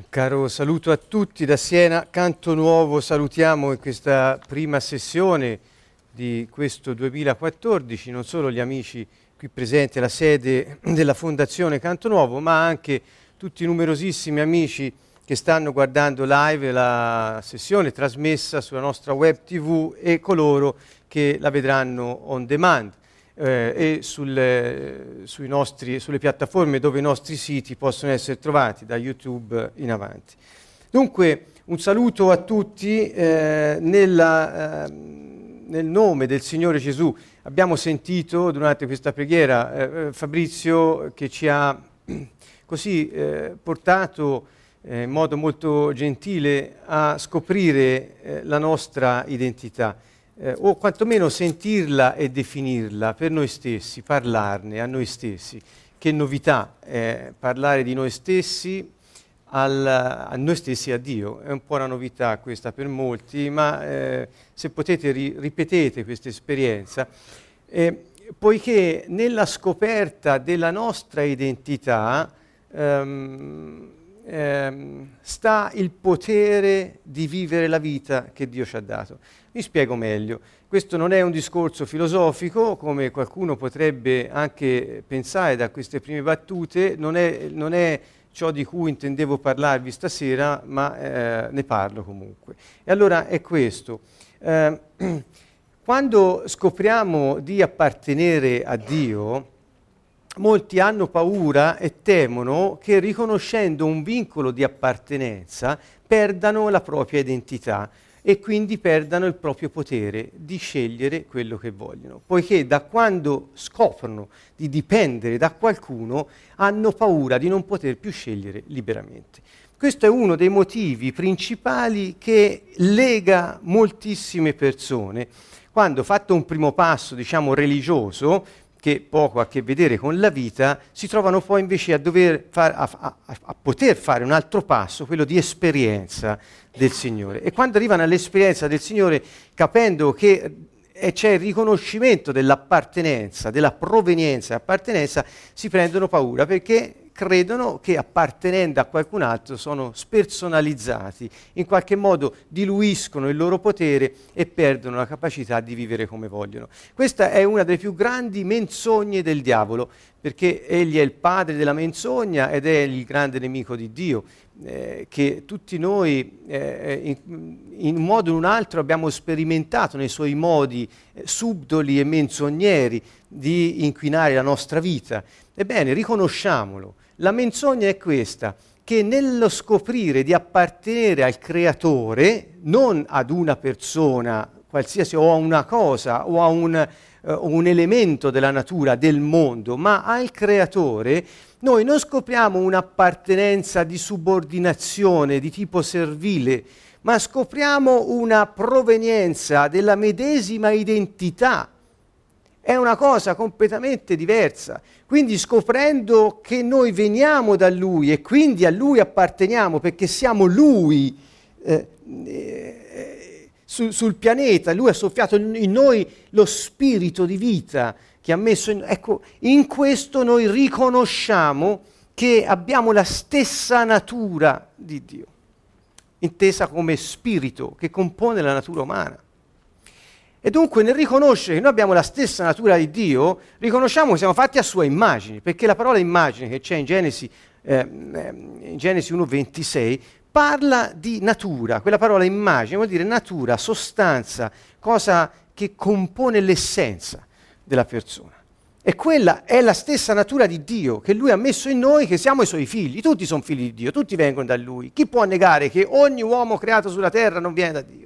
Caro saluto a tutti da Siena, Canto Nuovo, salutiamo in questa prima sessione di questo 2014 non solo gli amici qui presenti alla sede della Fondazione Canto Nuovo, ma anche tutti i numerosissimi amici che stanno guardando live la sessione trasmessa sulla nostra web TV e coloro che la vedranno on demand e sulle piattaforme dove i nostri siti possono essere trovati, da YouTube in avanti. Dunque, un saluto a tutti nel nome del Signore Gesù. Abbiamo sentito durante questa preghiera Fabrizio che ci ha così portato in modo molto gentile a scoprire la nostra identità. O quantomeno sentirla e definirla per noi stessi, parlarne a noi stessi. Che novità parlare di noi stessi a noi stessi e a Dio. È un po' una novità questa per molti, ma se potete ripetete questa esperienza, poiché nella scoperta della nostra identità sta il potere di vivere la vita che Dio ci ha dato. Mi spiego meglio. Questo non è un discorso filosofico, come qualcuno potrebbe anche pensare da queste prime battute, non è ciò di cui intendevo parlarvi stasera, ma ne parlo comunque. E allora è questo. Quando scopriamo di appartenere a Dio, molti hanno paura e temono che riconoscendo un vincolo di appartenenza perdano la propria identità e quindi perdano il proprio potere di scegliere quello che vogliono, poiché da quando scoprono di dipendere da qualcuno hanno paura di non poter più scegliere liberamente. Questo è uno dei motivi principali che lega moltissime persone. Quando, fatto un primo passo, diciamo, religioso, che poco ha a che vedere con la vita, si trovano poi invece a poter fare un altro passo, quello di esperienza del Signore. E quando arrivano all'esperienza del Signore, capendo che c'è il riconoscimento dell'appartenenza, della provenienza e appartenenza, si prendono paura perché credono che appartenendo a qualcun altro sono spersonalizzati, in qualche modo diluiscono il loro potere e perdono la capacità di vivere come vogliono. Questa è una delle più grandi menzogne del diavolo, perché egli è il padre della menzogna ed è il grande nemico di Dio, che tutti noi in un modo o in un altro abbiamo sperimentato nei suoi modi subdoli e menzogneri di inquinare la nostra vita. Ebbene, riconosciamolo. La menzogna è questa, che nello scoprire di appartenere al Creatore, non ad una persona qualsiasi o a una cosa o a un elemento della natura, del mondo, ma al Creatore, noi non scopriamo un'appartenenza di subordinazione di tipo servile, ma scopriamo una provenienza della medesima identità. È una cosa completamente diversa. Quindi scoprendo che noi veniamo da Lui e quindi a Lui apparteniamo perché siamo Lui sul pianeta, Lui ha soffiato in noi lo spirito di vita che ha messo in questo noi riconosciamo che abbiamo la stessa natura di Dio, intesa come spirito che compone la natura umana. E dunque nel riconoscere che noi abbiamo la stessa natura di Dio, riconosciamo che siamo fatti a sua immagine, perché la parola immagine che c'è in Genesi 1:26 parla di natura. Quella parola immagine vuol dire natura, sostanza, cosa che compone l'essenza della persona. E quella è la stessa natura di Dio che Lui ha messo in noi, che siamo i Suoi figli. Tutti sono figli di Dio, tutti vengono da Lui. Chi può negare che ogni uomo creato sulla terra non viene da Dio?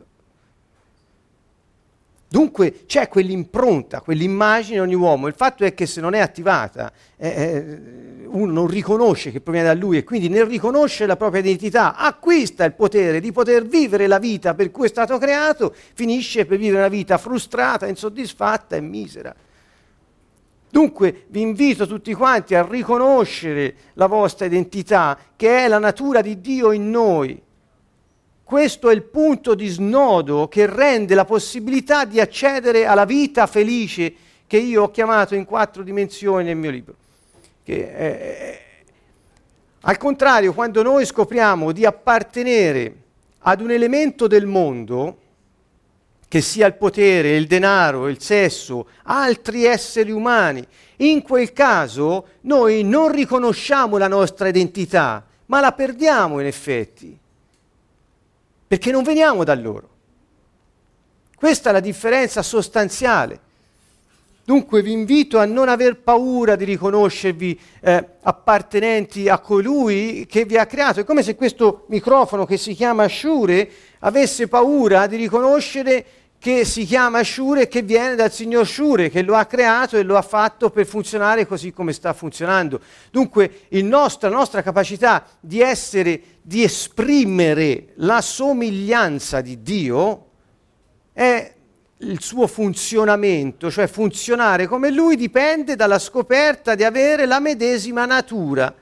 Dunque c'è quell'impronta, quell'immagine in ogni uomo. Il fatto è che se non è attivata, uno non riconosce che proviene da Lui e quindi nel riconoscere la propria identità acquista il potere di poter vivere la vita per cui è stato creato, finisce per vivere una vita frustrata, insoddisfatta e misera. Dunque vi invito tutti quanti a riconoscere la vostra identità, che è la natura di Dio in noi. Questo è il punto di snodo che rende la possibilità di accedere alla vita felice che io ho chiamato in 4 dimensioni nel mio libro. Al contrario, quando noi scopriamo di appartenere ad un elemento del mondo, che sia il potere, il denaro, il sesso, altri esseri umani, in quel caso noi non riconosciamo la nostra identità, ma la perdiamo in effetti, perché non veniamo da loro. Questa è la differenza sostanziale. Dunque vi invito a non aver paura di riconoscervi appartenenti a colui che vi ha creato. È come se questo microfono che si chiama Shure avesse paura di riconoscere che si chiama Shure e che viene dal signor Shure, che lo ha creato e lo ha fatto per funzionare così come sta funzionando. Dunque la nostra capacità di esprimere la somiglianza di Dio è il suo funzionamento, cioè funzionare come Lui dipende dalla scoperta di avere la medesima natura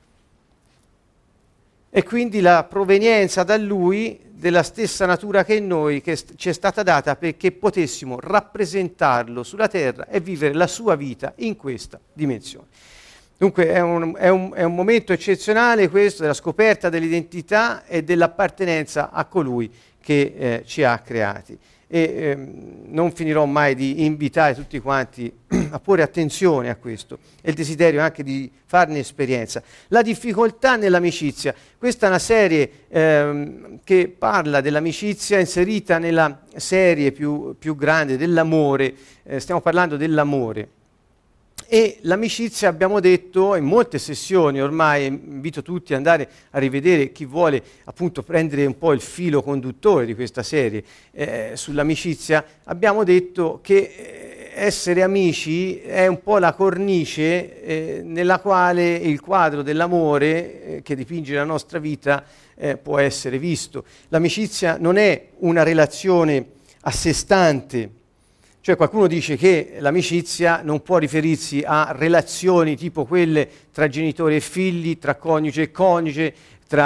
e quindi la provenienza da Lui della stessa natura che noi, che ci è stata data perché potessimo rappresentarlo sulla terra e vivere la sua vita in questa dimensione. Dunque è un momento eccezionale questo della scoperta dell'identità e dell'appartenenza a colui che ci ha creati. Non finirò mai di invitare tutti quanti a porre attenzione a questo e il desiderio anche di farne esperienza. La difficoltà nell'amicizia. Questa è una serie che parla dell'amicizia inserita nella serie più grande dell'amore. Stiamo parlando dell'amore. E l'amicizia, abbiamo detto in molte sessioni, ormai invito tutti ad andare a rivedere, chi vuole appunto prendere un po' il filo conduttore di questa serie sull'amicizia, abbiamo detto che essere amici è un po' la cornice nella quale il quadro dell'amore che dipinge la nostra vita può essere visto. L'amicizia non è una relazione a sé stante. Cioè qualcuno dice che l'amicizia non può riferirsi a relazioni tipo quelle tra genitori e figli, tra coniuge e coniuge,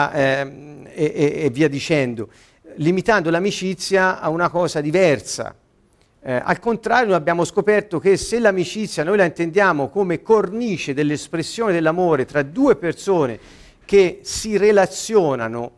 e via dicendo, limitando l'amicizia a una cosa diversa. Al contrario, noi abbiamo scoperto che se l'amicizia noi la intendiamo come cornice dell'espressione dell'amore tra due persone che si relazionano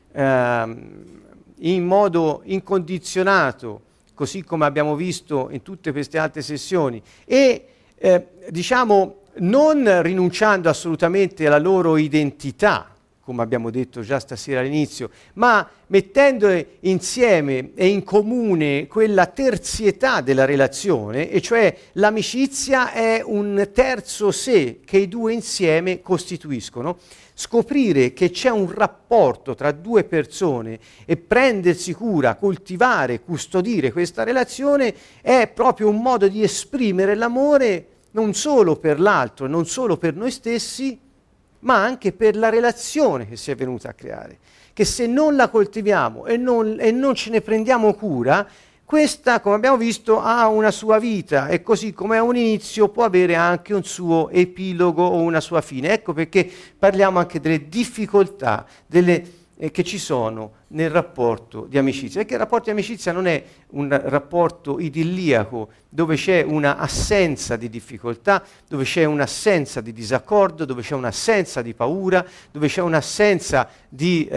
in modo incondizionato, così come abbiamo visto in tutte queste altre sessioni, e diciamo non rinunciando assolutamente alla loro identità, come abbiamo detto già stasera all'inizio, ma mettendo insieme e in comune quella terzietà della relazione, e cioè l'amicizia è un terzo sé che i due insieme costituiscono. Scoprire che c'è un rapporto tra due persone e prendersi cura, coltivare, custodire questa relazione è proprio un modo di esprimere l'amore non solo per l'altro, non solo per noi stessi, ma anche per la relazione che si è venuta a creare. Che se non la coltiviamo e non ce ne prendiamo cura, questa, come abbiamo visto, ha una sua vita e così come ha un inizio può avere anche un suo epilogo o una sua fine. Ecco perché parliamo anche delle difficoltà che ci sono nel rapporto di amicizia. Perché il rapporto di amicizia non è un rapporto idilliaco dove c'è una assenza di difficoltà, dove c'è un'assenza di disaccordo, dove c'è un'assenza di paura, dove c'è un'assenza di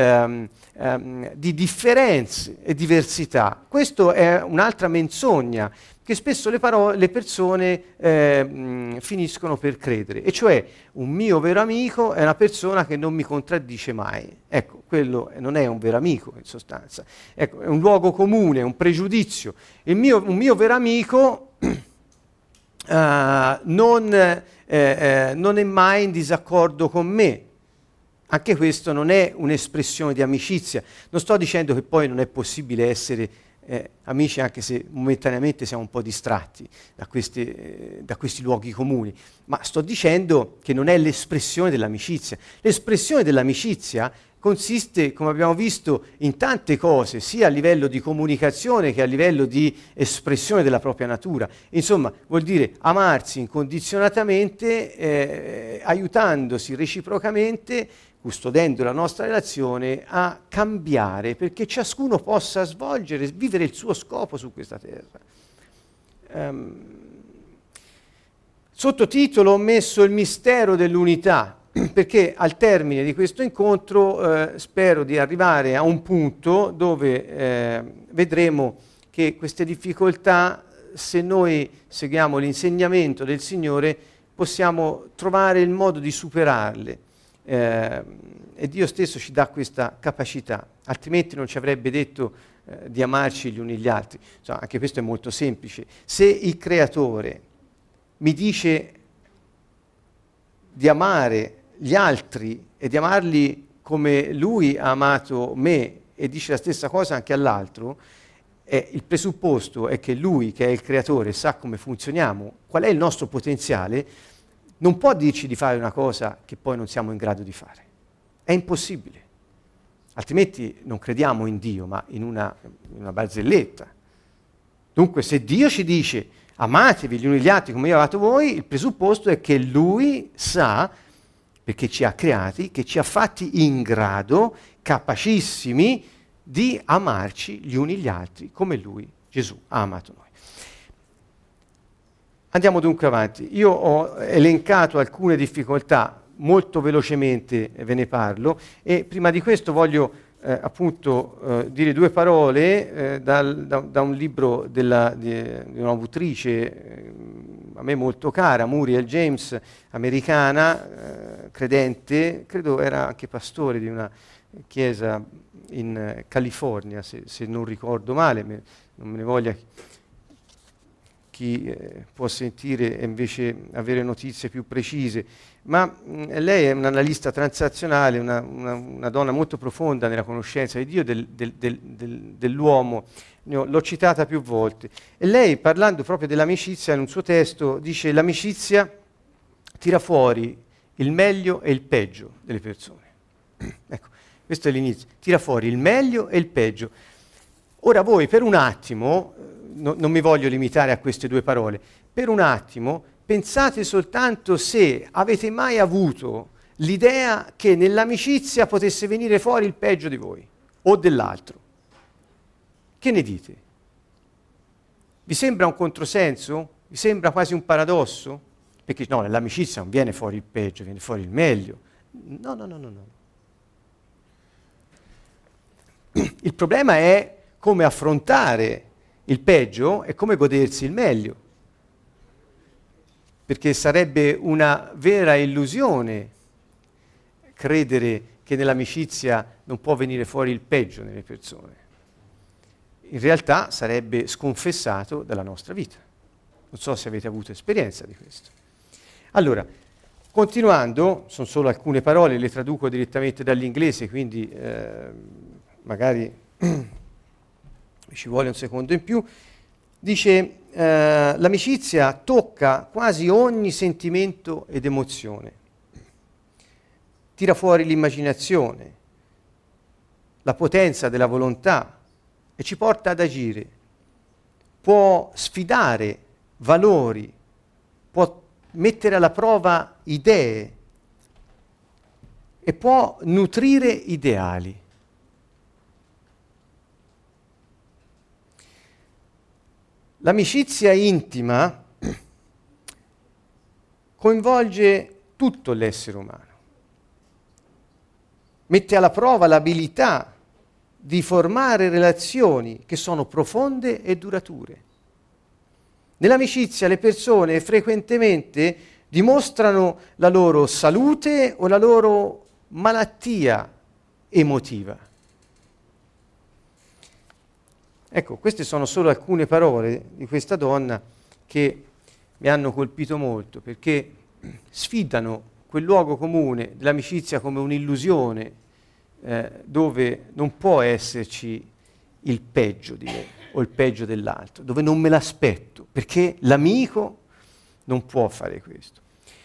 differenze e diversità. Questo è un'altra menzogna che spesso le persone finiscono per credere, e cioè un mio vero amico è una persona che non mi contraddice mai. Ecco, quello non è un vero amico in sostanza, ecco, è un luogo comune, un pregiudizio. Un mio vero amico non è mai in disaccordo con me. Anche questo non è un'espressione di amicizia. Non sto dicendo che poi non è possibile essere amici anche se momentaneamente siamo un po' distratti da questi luoghi comuni, ma sto dicendo che non è l'espressione dell'amicizia. L'espressione dell'amicizia consiste, come abbiamo visto, in tante cose, sia a livello di comunicazione che a livello di espressione della propria natura. Insomma, vuol dire amarsi incondizionatamente, aiutandosi reciprocamente, custodendo la nostra relazione a cambiare, perché ciascuno possa vivere il suo scopo su questa terra. Sottotitolo ho messo il mistero dell'unità. perché al termine di questo incontro spero di arrivare a un punto dove vedremo che queste difficoltà, se noi seguiamo l'insegnamento del Signore, possiamo trovare il modo di superarle. E Dio stesso ci dà questa capacità, altrimenti non ci avrebbe detto di amarci gli uni gli altri. Insomma, anche questo è molto semplice. Se il Creatore mi dice di amare gli altri e di amarli come Lui ha amato me e dice la stessa cosa anche all'altro, il presupposto è che Lui, che è il Creatore, sa come funzioniamo, qual è il nostro potenziale, non può dirci di fare una cosa che poi non siamo in grado di fare. È impossibile. Altrimenti non crediamo in Dio, ma in una barzelletta. Dunque, se Dio ci dice amatevi gli uni gli altri come io ho amato voi, il presupposto è che Lui sa, perché ci ha creati, che ci ha fatti in grado, capacissimi, di amarci gli uni gli altri come Lui, Gesù, ha amato noi. Andiamo dunque avanti. Io ho elencato alcune difficoltà, molto velocemente ve ne parlo, e prima di questo voglio dire due parole da un libro di un'autrice a me molto cara, Muriel James, americana, credente, credo era anche pastore di una chiesa in California, se non ricordo male, non me ne voglia chi può sentire e invece avere notizie più precise, ma lei è un'analista transazionale, una donna molto profonda nella conoscenza di Dio, dell'uomo. L'ho citata più volte. E lei, parlando proprio dell'amicizia, in un suo testo dice: l'amicizia tira fuori il meglio e il peggio delle persone. Ecco, questo è l'inizio. Tira fuori il meglio e il peggio. Ora voi, per un attimo, non mi voglio limitare a queste due parole, per un attimo pensate soltanto se avete mai avuto l'idea che nell'amicizia potesse venire fuori il peggio di voi o dell'altro. Che ne dite? Vi sembra un controsenso? Vi sembra quasi un paradosso? Perché no, nell'amicizia non viene fuori il peggio, viene fuori il meglio. No. Il problema è come affrontare il peggio e come godersi il meglio. Perché sarebbe una vera illusione credere che nell'amicizia non può venire fuori il peggio nelle persone. In realtà sarebbe sconfessato dalla nostra vita. Non so se avete avuto esperienza di questo. Allora, continuando, sono solo alcune parole, le traduco direttamente dall'inglese, quindi magari ci vuole un secondo in più. Dice, l'amicizia tocca quasi ogni sentimento ed emozione, tira fuori l'immaginazione, la potenza della volontà e ci porta ad agire. Può sfidare valori, può mettere alla prova idee e può nutrire ideali. L'amicizia intima coinvolge tutto l'essere umano, mette alla prova l'abilità di formare relazioni che sono profonde e durature. Nell'amicizia le persone frequentemente dimostrano la loro salute o la loro malattia emotiva. Ecco, queste sono solo alcune parole di questa donna che mi hanno colpito molto, perché sfidano quel luogo comune dell'amicizia come un'illusione dove non può esserci il peggio di me o il peggio dell'altro, dove non me l'aspetto, perché l'amico non può fare questo.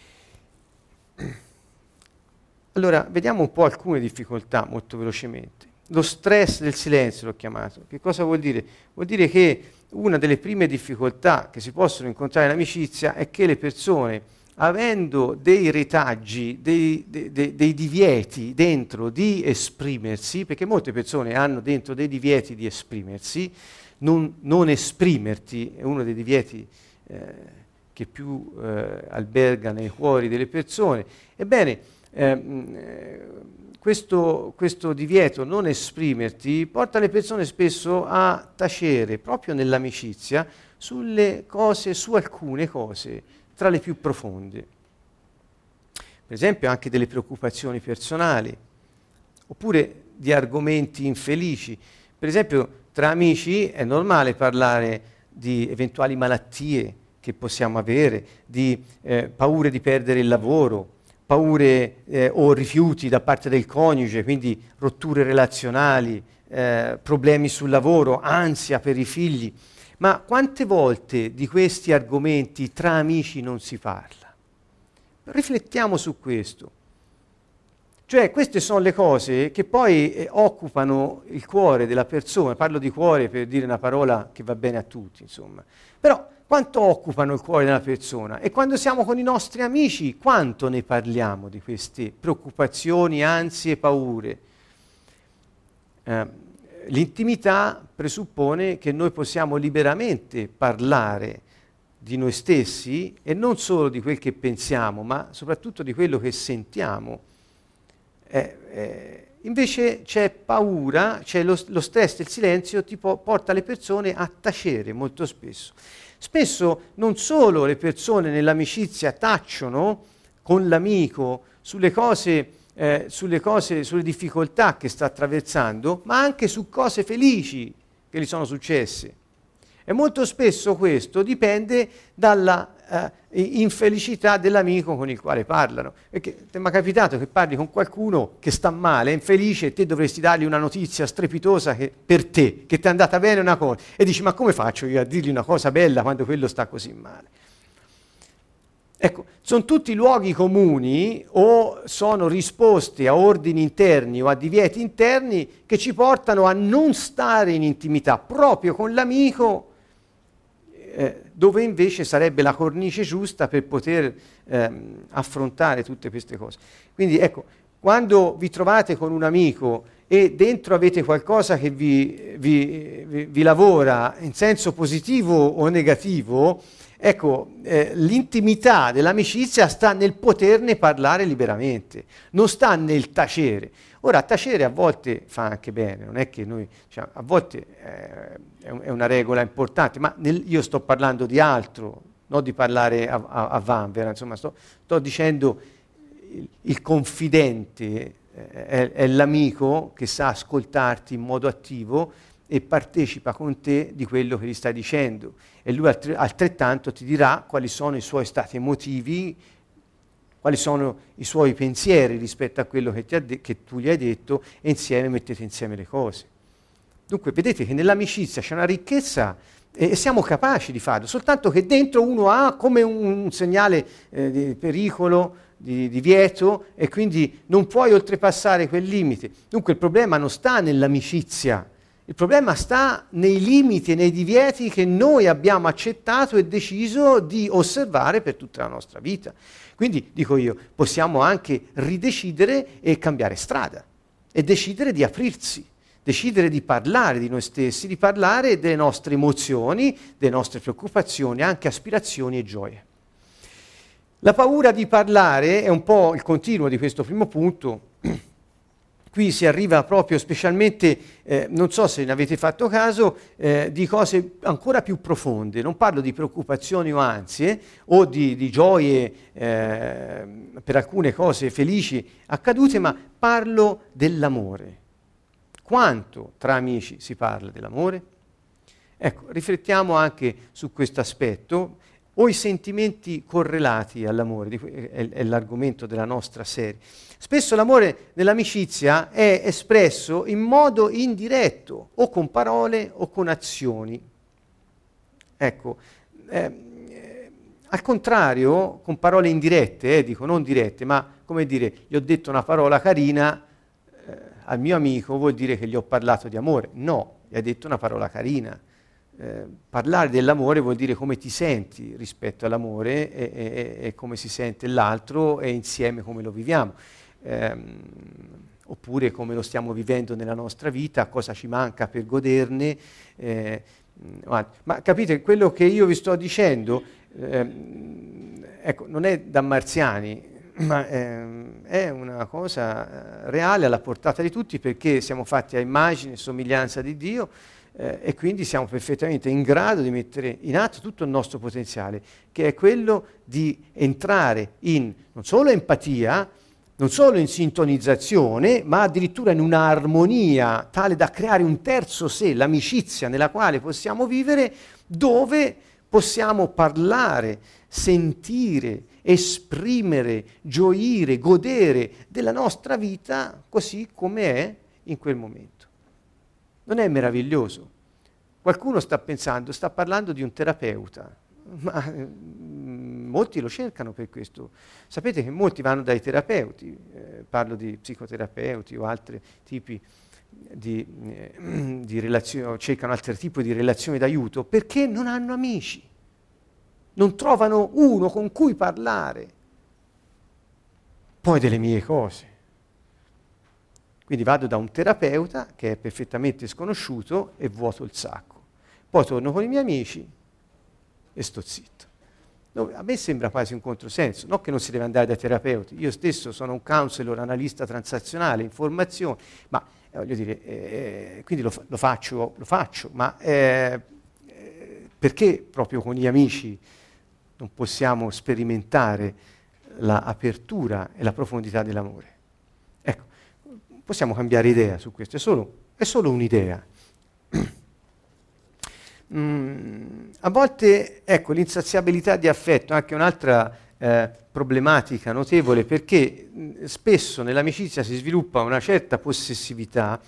Allora, vediamo un po' alcune difficoltà molto velocemente. Lo stress del silenzio l'ho chiamato. Che cosa vuol dire? Vuol dire che una delle prime difficoltà che si possono incontrare in amicizia è che le persone, avendo dei retaggi, dei divieti dentro di esprimersi, perché molte persone hanno dentro dei divieti di esprimersi, non esprimerti è uno dei divieti che più alberga nei cuori delle persone. Ebbene, questo divieto non esprimerti porta le persone spesso a tacere proprio nell'amicizia sulle cose, su alcune cose tra le più profonde. Per esempio anche delle preoccupazioni personali, oppure di argomenti infelici. Per esempio tra amici è normale parlare di eventuali malattie che possiamo avere, di paure di perdere il lavoro, paure o rifiuti da parte del coniuge, quindi rotture relazionali, problemi sul lavoro, ansia per i figli. Ma quante volte di questi argomenti tra amici non si parla? Riflettiamo su questo. Cioè queste sono le cose che poi occupano il cuore della persona. Parlo di cuore per dire una parola che va bene a tutti, insomma. Però quanto occupano il cuore della persona? E quando siamo con i nostri amici, quanto ne parliamo di queste preoccupazioni, ansie, paure? L'intimità presuppone che noi possiamo liberamente parlare di noi stessi e non solo di quel che pensiamo, ma soprattutto di quello che sentiamo. Invece c'è paura, c'è lo stress del silenzio porta le persone a tacere molto spesso. Spesso non solo le persone nell'amicizia tacciono con l'amico sulle difficoltà che sta attraversando, ma anche su cose felici che gli sono successe. E molto spesso questo dipende dalla infelicità dell'amico con il quale parlano. Perché ti è mai capitato che parli con qualcuno che sta male, è infelice, e te dovresti dargli una notizia strepitosa per te, che ti è andata bene una cosa, e dici: ma come faccio io a dirgli una cosa bella quando quello sta così male? Ecco, sono tutti luoghi comuni o sono risposte a ordini interni o a divieti interni che ci portano a non stare in intimità proprio con l'amico, dove invece sarebbe la cornice giusta per poter affrontare tutte queste cose. Quindi ecco, quando vi trovate con un amico e dentro avete qualcosa che vi lavora in senso positivo o negativo, ecco, l'intimità dell'amicizia sta nel poterne parlare liberamente, non sta nel tacere. Ora, tacere a volte fa anche bene, non è che noi, diciamo, a volte è una regola importante, ma io sto parlando di altro, non di parlare a vanvera, insomma, sto dicendo il confidente è l'amico che sa ascoltarti in modo attivo e partecipa con te di quello che gli stai dicendo, e lui altrettanto ti dirà quali sono i suoi stati emotivi, quali sono i suoi pensieri rispetto a quello che tu gli hai detto, e insieme mettete insieme le cose. Dunque vedete che nell'amicizia c'è una ricchezza e siamo capaci di farlo, soltanto che dentro uno ha come un segnale di pericolo, di divieto, e quindi non puoi oltrepassare quel limite. Dunque il problema non sta nell'amicizia, il problema sta nei limiti e nei divieti che noi abbiamo accettato e deciso di osservare per tutta la nostra vita. Quindi, dico io, possiamo anche ridecidere e cambiare strada e decidere di aprirsi, decidere di parlare di noi stessi, di parlare delle nostre emozioni, delle nostre preoccupazioni, anche aspirazioni e gioie. La paura di parlare è un po' il continuo di questo primo punto. Qui si arriva proprio specialmente, non so se ne avete fatto caso, di cose ancora più profonde. Non parlo di preoccupazioni o ansie o di gioie per alcune cose felici accadute, ma parlo dell'amore. Quanto tra amici si parla dell'amore? Ecco, riflettiamo anche su questo aspetto, o i sentimenti correlati all'amore, è l'argomento della nostra serie. Spesso l'amore nell'amicizia è espresso in modo indiretto, o con parole o con azioni. Ecco, al contrario, con parole indirette, dico non dirette, ma come dire, gli ho detto una parola carina al mio amico, vuol dire che gli ho parlato di amore. No, gli hai detto una parola carina. Parlare dell'amore vuol dire come ti senti rispetto all'amore e come si sente l'altro e insieme come lo viviamo, oppure come lo stiamo vivendo nella nostra vita, cosa ci manca per goderne. Ma capite, quello che io vi sto dicendo ecco, non è da marziani, ma è una cosa reale alla portata di tutti, perché siamo fatti a immagine e somiglianza di Dio, e quindi siamo perfettamente in grado di mettere in atto tutto il nostro potenziale, che è quello di entrare in non solo empatia, non solo in sintonizzazione, ma addirittura in un'armonia tale da creare un terzo sé, l'amicizia nella quale possiamo vivere, dove possiamo parlare, sentire, esprimere, gioire, godere della nostra vita così come è in quel momento. Non è meraviglioso? Qualcuno sta parlando di un terapeuta, ma molti lo cercano per questo. Sapete che molti vanno dai terapeuti, parlo di psicoterapeuti o altri tipi di relazioni, cercano altri tipi di relazioni d'aiuto perché non hanno amici, non trovano uno con cui parlare. Poi delle mie cose. Quindi vado da un terapeuta che è perfettamente sconosciuto e vuoto il sacco. Poi torno con i miei amici e sto zitto. No, a me sembra quasi un controsenso, non che non si deve andare dai terapeuti. Io stesso sono un counselor, analista transazionale, informazione, ma voglio dire, quindi lo faccio, ma perché proprio con gli amici non possiamo sperimentare l'apertura e la profondità dell'amore? Ecco, possiamo cambiare idea su questo, è solo un'idea. A volte, ecco, l'insaziabilità di affetto è anche un'altra problematica notevole, perché spesso nell'amicizia si sviluppa una certa possessività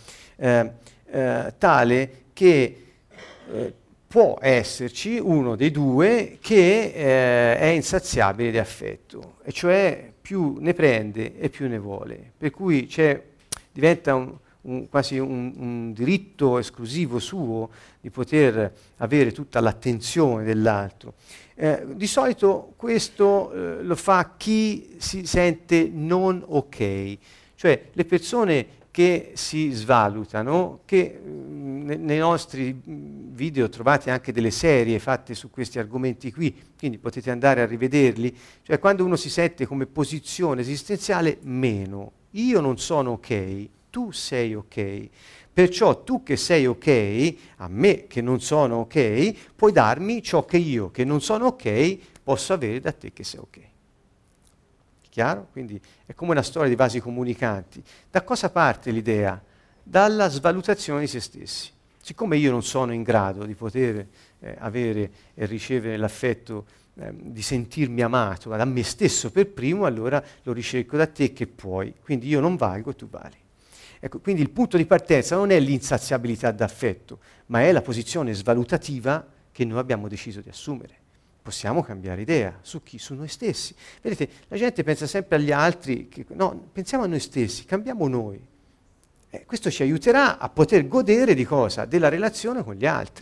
tale che può esserci uno dei due che è insaziabile di affetto, e cioè più ne prende e più ne vuole, per cui diventa quasi un diritto esclusivo suo di poter avere tutta l'attenzione dell'altro. Di solito questo lo fa chi si sente non ok, cioè le persone che si svalutano, che nei nostri video trovate anche delle serie fatte su questi argomenti qui, quindi potete andare a rivederli, cioè quando uno si sente come posizione esistenziale meno, io non sono ok, tu sei ok, perciò tu che sei ok, a me che non sono ok, puoi darmi ciò che io che non sono ok posso avere da te che sei ok. Chiaro? Quindi è come una storia di vasi comunicanti. Da cosa parte l'idea? Dalla svalutazione di se stessi. Siccome io non sono in grado di poter avere e ricevere l'affetto, di sentirmi amato da me stesso per primo, allora lo ricerco da te che puoi. Quindi io non valgo, tu vali. Ecco, quindi il punto di partenza non è l'insaziabilità d'affetto, ma è la posizione svalutativa che noi abbiamo deciso di assumere. Possiamo cambiare idea su chi? Su noi stessi. Vedete, la gente pensa sempre agli altri, no, pensiamo a noi stessi, cambiamo noi. Questo ci aiuterà a poter godere di cosa? Della relazione con gli altri.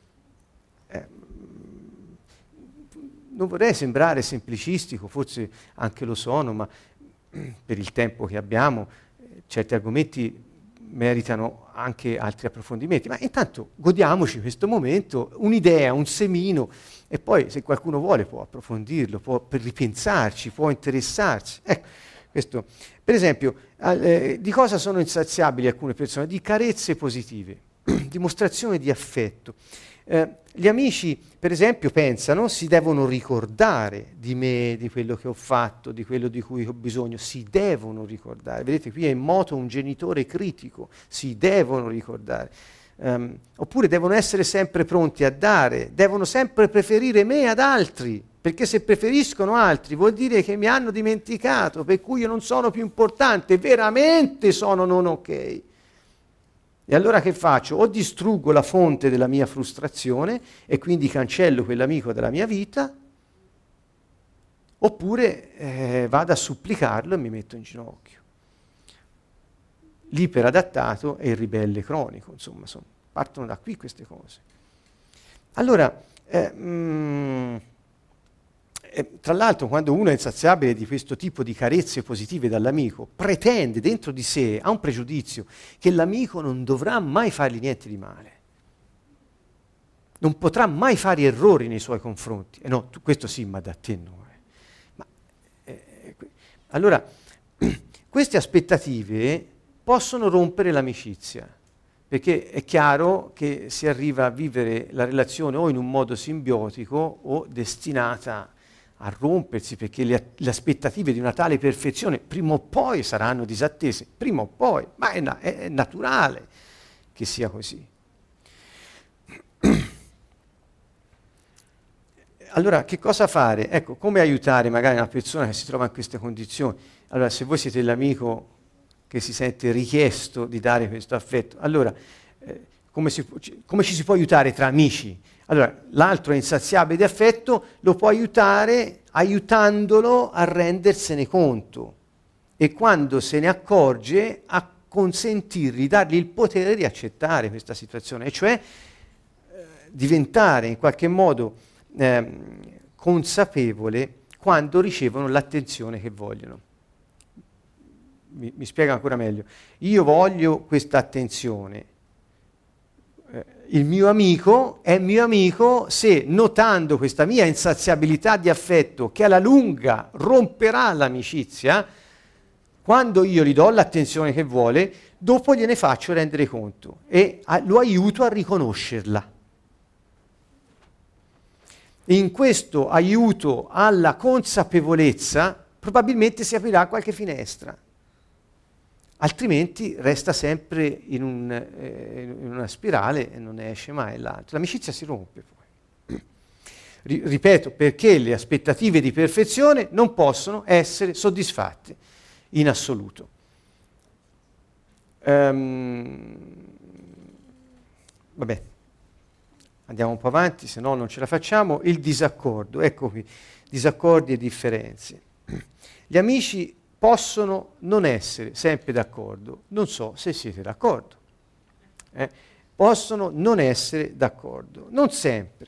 Non vorrei sembrare semplicistico, forse anche lo sono, ma per il tempo che abbiamo, certi argomenti meritano anche altri approfondimenti, ma intanto godiamoci questo momento, un'idea, un semino, e poi se qualcuno vuole può approfondirlo, può per ripensarci, può interessarsi. Ecco, questo. Per esempio, di cosa sono insaziabili alcune persone? Di carezze positive, dimostrazione di affetto. Gli amici, per esempio, pensano si devono ricordare di me, di quello che ho fatto, di quello di cui ho bisogno, si devono ricordare. Vedete, qui è in moto un genitore critico, si devono ricordare. Oppure devono essere sempre pronti a dare, devono sempre preferire me ad altri, perché se preferiscono altri vuol dire che mi hanno dimenticato, per cui io non sono più importante, veramente sono non ok. E allora che faccio? O distruggo la fonte della mia frustrazione e quindi cancello quell'amico dalla mia vita, oppure vado a supplicarlo e mi metto in ginocchio. L'iperadattato e il ribelle cronico, insomma, partono da qui queste cose. Allora, tra l'altro, quando uno è insaziabile di questo tipo di carezze positive dall'amico, pretende dentro di sé, ha un pregiudizio, che l'amico non dovrà mai fargli niente di male. Non potrà mai fare errori nei suoi confronti. No, questo sì, ma da te no. Allora, queste aspettative possono rompere l'amicizia, perché è chiaro che si arriva a vivere la relazione o in un modo simbiotico o destinata a rompersi, perché le aspettative di una tale perfezione prima o poi saranno disattese, prima o poi, ma è naturale che sia così. Allora, che cosa fare? Ecco, come aiutare magari una persona che si trova in queste condizioni? Allora, se voi siete l'amico che si sente richiesto di dare questo affetto, allora, come ci si può aiutare tra amici? Allora, l'altro è insaziabile di affetto, lo può aiutare aiutandolo a rendersene conto e quando se ne accorge a consentirgli, dargli il potere di accettare questa situazione, e cioè diventare in qualche modo consapevole quando ricevono l'attenzione che vogliono. Mi spiego ancora meglio. Io voglio questa attenzione. Il mio amico è mio amico se, notando questa mia insaziabilità di affetto che alla lunga romperà l'amicizia, quando io gli do l'attenzione che vuole, dopo gliene faccio rendere conto e lo aiuto a riconoscerla. In questo aiuto alla consapevolezza probabilmente si aprirà qualche finestra, altrimenti resta sempre in una spirale e non ne esce mai l'altro. L'amicizia si rompe poi. Ripeto, perché le aspettative di perfezione non possono essere soddisfatte in assoluto. Vabbè. Andiamo un po' avanti, se no non ce la facciamo. Il disaccordo, ecco qui, disaccordi e differenze. Gli amici possono non essere sempre d'accordo, non so se siete d'accordo. Possono non essere d'accordo, non sempre.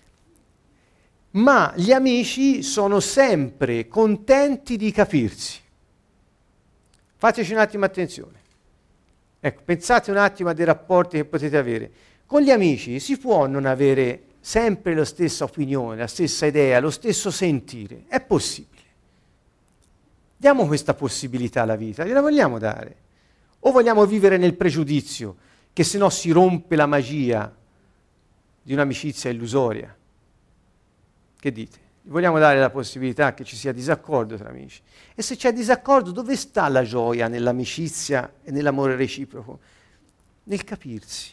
Ma gli amici sono sempre contenti di capirsi. Fateci un attimo attenzione. Ecco, pensate un attimo a dei rapporti che potete avere. Con gli amici si può non avere sempre la stessa opinione, la stessa idea, lo stesso sentire. È possibile. Diamo questa possibilità alla vita, gliela vogliamo dare? O vogliamo vivere nel pregiudizio, che se no si rompe la magia di un'amicizia illusoria? Che dite? Vogliamo dare la possibilità che ci sia disaccordo tra amici? E se c'è disaccordo, dove sta la gioia nell'amicizia e nell'amore reciproco? Nel capirsi.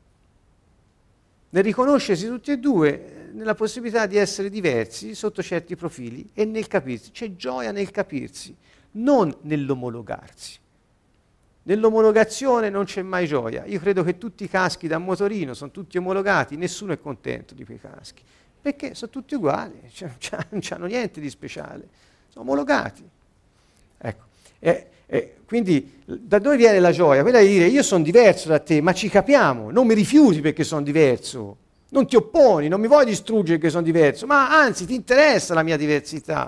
Nel riconoscersi tutti e due, nella possibilità di essere diversi sotto certi profili e nel capirsi. C'è gioia nel capirsi, non nell'omologarsi. Nell'omologazione non c'è mai gioia. Io credo che tutti i caschi da motorino sono tutti omologati, nessuno è contento di quei caschi, perché sono tutti uguali, non hanno niente di speciale, sono omologati. Ecco. Quindi da dove viene la gioia? Quella di dire io sono diverso da te, ma ci capiamo, non mi rifiuti perché sono diverso, non ti opponi, non mi vuoi distruggere perché sono diverso, ma anzi ti interessa la mia diversità.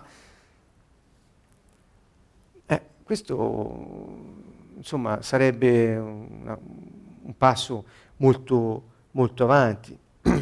Questo insomma sarebbe un passo molto, molto avanti.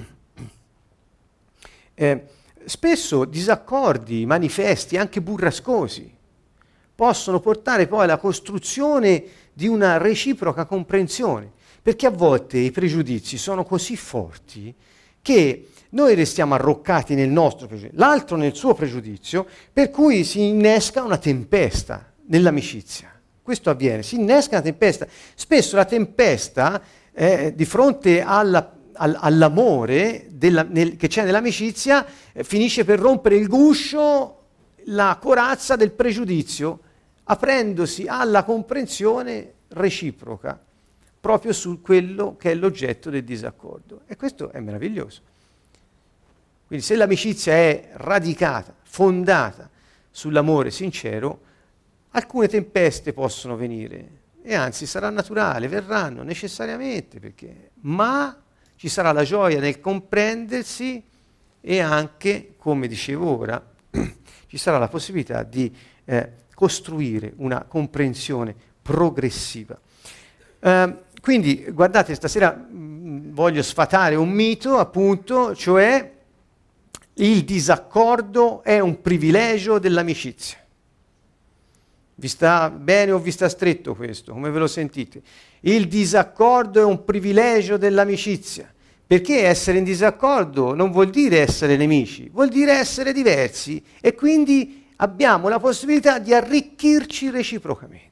Spesso disaccordi manifesti, anche burrascosi, possono portare poi alla costruzione di una reciproca comprensione, perché a volte i pregiudizi sono così forti che noi restiamo arroccati nel nostro pregiudizio, l'altro nel suo pregiudizio, per cui si innesca una tempesta nell'amicizia. Questo avviene, si innesca una tempesta. Spesso la tempesta, di fronte all'amore che c'è nell'amicizia, finisce per rompere il guscio, la corazza del pregiudizio, aprendosi alla comprensione reciproca proprio su quello che è l'oggetto del disaccordo. E questo è meraviglioso. Quindi se l'amicizia è radicata, fondata sull'amore sincero, alcune tempeste possono venire e anzi sarà naturale, verranno necessariamente, ma ci sarà la gioia nel comprendersi e anche, come dicevo ora, ci sarà la possibilità di costruire una comprensione progressiva. Quindi, guardate, stasera voglio sfatare un mito, appunto, cioè il disaccordo è un privilegio dell'amicizia. Vi sta bene o vi sta stretto questo? Come ve lo sentite? Il disaccordo è un privilegio dell'amicizia, perché essere in disaccordo non vuol dire essere nemici, vuol dire essere diversi e quindi abbiamo la possibilità di arricchirci reciprocamente.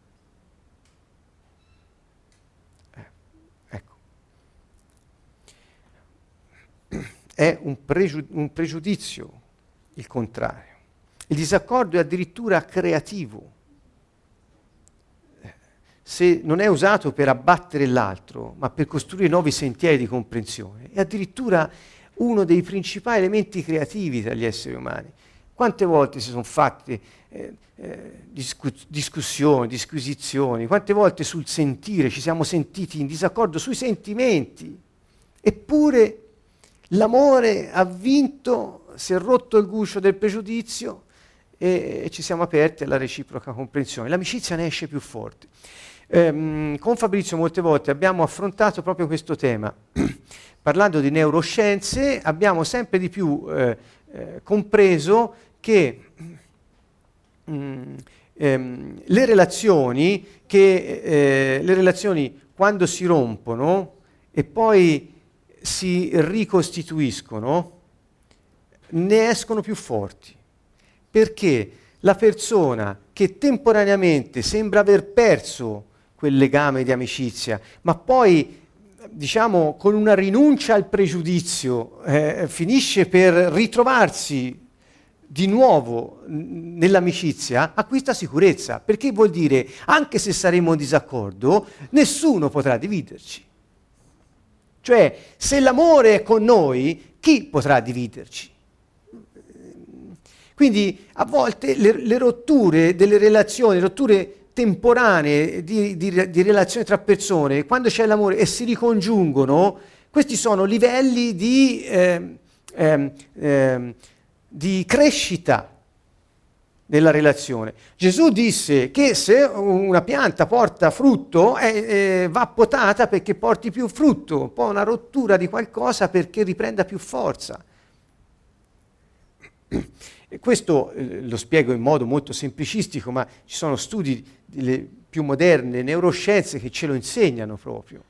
Ecco. È un pregiudizio il contrario. Il disaccordo è addirittura creativo. Se non è usato per abbattere l'altro, ma per costruire nuovi sentieri di comprensione, è addirittura uno dei principali elementi creativi tra gli esseri umani. Quante volte si sono fatte discussioni, disquisizioni, quante volte sul sentire ci siamo sentiti in disaccordo sui sentimenti, eppure l'amore ha vinto, si è rotto il guscio del pregiudizio e ci siamo aperti alla reciproca comprensione. L'amicizia ne esce più forte. Con Fabrizio molte volte abbiamo affrontato proprio questo tema. Parlando di neuroscienze abbiamo sempre di più compreso che le relazioni quando si rompono e poi si ricostituiscono ne escono più forti, perché la persona che temporaneamente sembra aver perso quel legame di amicizia, ma poi, diciamo, con una rinuncia al pregiudizio, finisce per ritrovarsi di nuovo nell'amicizia, acquista sicurezza, perché vuol dire, anche se saremo in disaccordo, nessuno potrà dividerci. Cioè, se l'amore è con noi, chi potrà dividerci? Quindi a volte le rotture delle relazioni, le rotture temporanee di relazioni tra persone, quando c'è l'amore e si ricongiungono, questi sono livelli di crescita nella relazione. Gesù disse che se una pianta porta frutto va potata perché porti più frutto, poi una rottura di qualcosa perché riprenda più forza. E questo lo spiego in modo molto semplicistico, ma ci sono studi delle più moderne neuroscienze che ce lo insegnano proprio.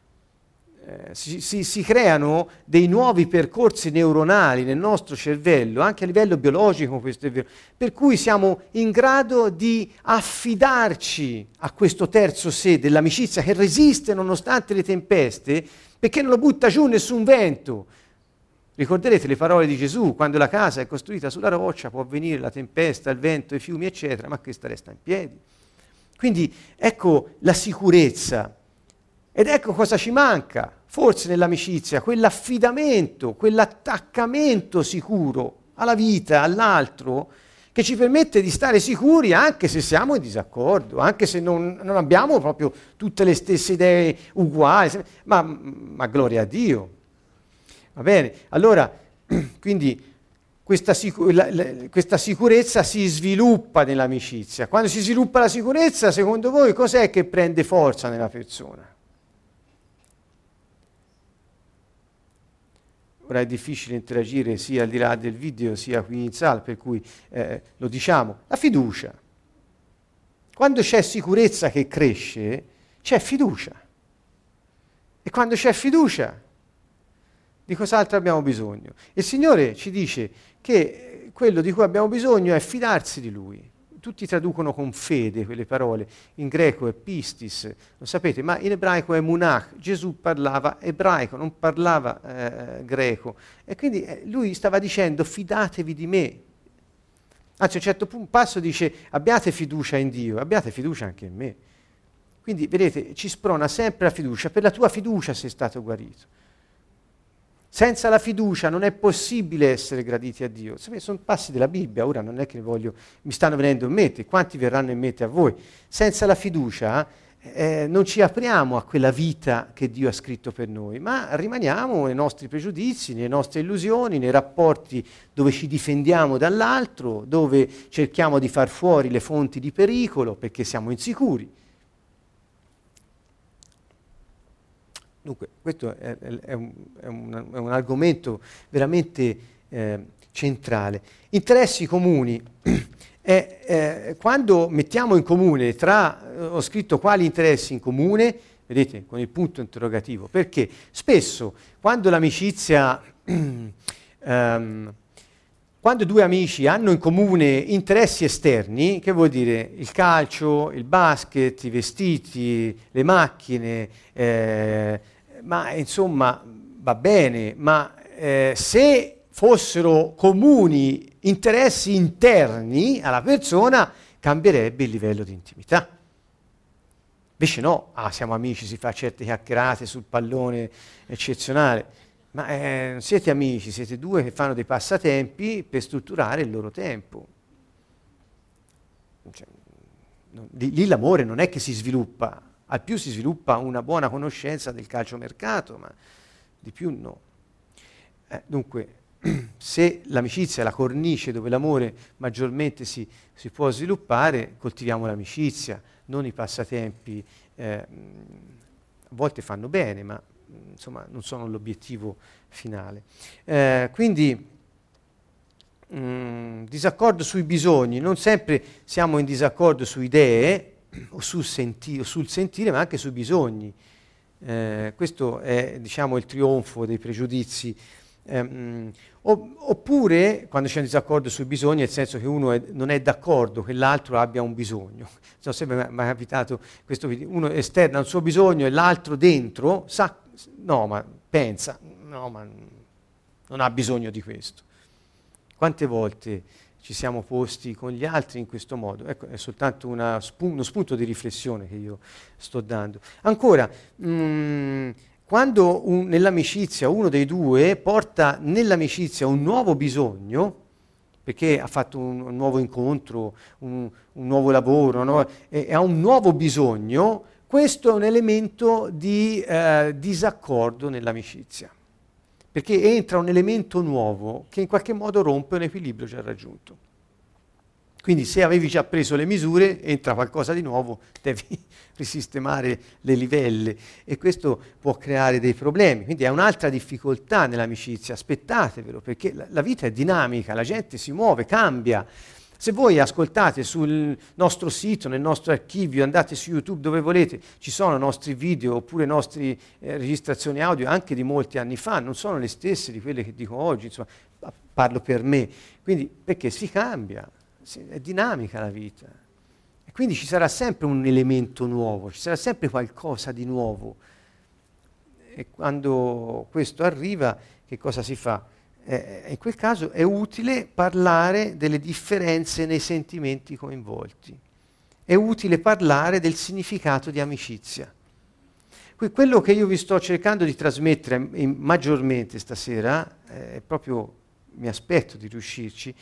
Si creano dei nuovi percorsi neuronali nel nostro cervello, anche a livello biologico, questo è vero, per cui siamo in grado di affidarci a questo terzo sé dell'amicizia che resiste nonostante le tempeste, perché non lo butta giù nessun vento. Ricorderete le parole di Gesù: quando la casa è costruita sulla roccia può venire la tempesta, il vento, i fiumi, eccetera, ma questa resta in piedi. Quindi ecco la sicurezza. Ed ecco cosa ci manca, forse nell'amicizia, quell'affidamento, quell'attaccamento sicuro alla vita, all'altro, che ci permette di stare sicuri anche se siamo in disaccordo, anche se non abbiamo proprio tutte le stesse idee uguali, ma gloria a Dio. Va bene? Allora, quindi questa sicurezza si sviluppa nell'amicizia. Quando si sviluppa la sicurezza, secondo voi, cos'è che prende forza nella persona? Ora è difficile interagire sia al di là del video sia qui in sala, per cui lo diciamo. La fiducia. Quando c'è sicurezza che cresce, c'è fiducia. E quando c'è fiducia, di cos'altro abbiamo bisogno? Il Signore ci dice che quello di cui abbiamo bisogno è fidarsi di Lui. Tutti traducono con fede quelle parole, in greco è pistis, lo sapete, ma in ebraico è munach. Gesù parlava ebraico, non parlava greco, e quindi lui stava dicendo: fidatevi di me. Anzi, a un certo passo dice: abbiate fiducia in Dio, abbiate fiducia anche in me. Quindi vedete, ci sprona sempre la fiducia. Per la tua fiducia sei stato guarito. Senza la fiducia non è possibile essere graditi a Dio. Sono passi della Bibbia, ora non è che mi stanno venendo in mente, quanti verranno in mente a voi. Senza la fiducia non ci apriamo a quella vita che Dio ha scritto per noi, ma rimaniamo nei nostri pregiudizi, nelle nostre illusioni, nei rapporti dove ci difendiamo dall'altro, dove cerchiamo di far fuori le fonti di pericolo perché siamo insicuri. Dunque, questo è un argomento veramente centrale. Interessi comuni Quando mettiamo in comune ho scritto quali interessi in comune, vedete, con il punto interrogativo, perché spesso quando l'amicizia, quando due amici hanno in comune interessi esterni, che vuol dire il calcio, il basket, i vestiti, le macchine, ma insomma va bene, ma se fossero comuni interessi interni alla persona, cambierebbe il livello di intimità. Invece no, siamo amici, si fa certe chiacchierate sul pallone eccezionale, ma non siete amici, siete due che fanno dei passatempi per strutturare il loro tempo. Cioè, lì l'amore non è che si sviluppa, al più si sviluppa una buona conoscenza del calciomercato, ma di più no. Dunque, se l'amicizia è la cornice dove l'amore maggiormente si può sviluppare, coltiviamo l'amicizia, non i passatempi. A volte fanno bene, ma insomma non sono l'obiettivo finale. Quindi disaccordo sui bisogni, non sempre siamo in disaccordo su idee o sul sentire, ma anche sui bisogni. Questo è, diciamo, il trionfo dei pregiudizi. Oppure quando c'è un disaccordo sui bisogni, nel senso che uno non è d'accordo che l'altro abbia un bisogno. Non so se mi è capitato questo, uno esterna un suo bisogno e l'altro dentro pensa, no, ma non ha bisogno di questo. Quante volte ci siamo posti con gli altri in questo modo? Ecco, è soltanto uno spunto di riflessione che io sto dando. Ancora, quando nell'amicizia uno dei due porta nell'amicizia un nuovo bisogno, perché ha fatto un nuovo incontro, un nuovo lavoro, e ha un nuovo bisogno, questo è un elemento di disaccordo nell'amicizia, perché entra un elemento nuovo che in qualche modo rompe un equilibrio già raggiunto. Quindi se avevi già preso le misure, entra qualcosa di nuovo, devi risistemare le livelle e questo può creare dei problemi. Quindi è un'altra difficoltà nell'amicizia, aspettatevelo, perché la vita è dinamica, la gente si muove, cambia. Se voi ascoltate sul nostro sito, nel nostro archivio, andate su YouTube dove volete, ci sono nostri video oppure nostre registrazioni audio anche di molti anni fa, non sono le stesse di quelle che dico oggi, insomma, parlo per me. Quindi perché si cambia. È dinamica la vita e quindi ci sarà sempre un elemento nuovo, ci sarà sempre qualcosa di nuovo e quando questo arriva che cosa si fa? In quel caso è utile parlare delle differenze nei sentimenti coinvolti, è utile parlare del significato di amicizia. Quello che io vi sto cercando di trasmettere maggiormente stasera, proprio mi aspetto di riuscirci,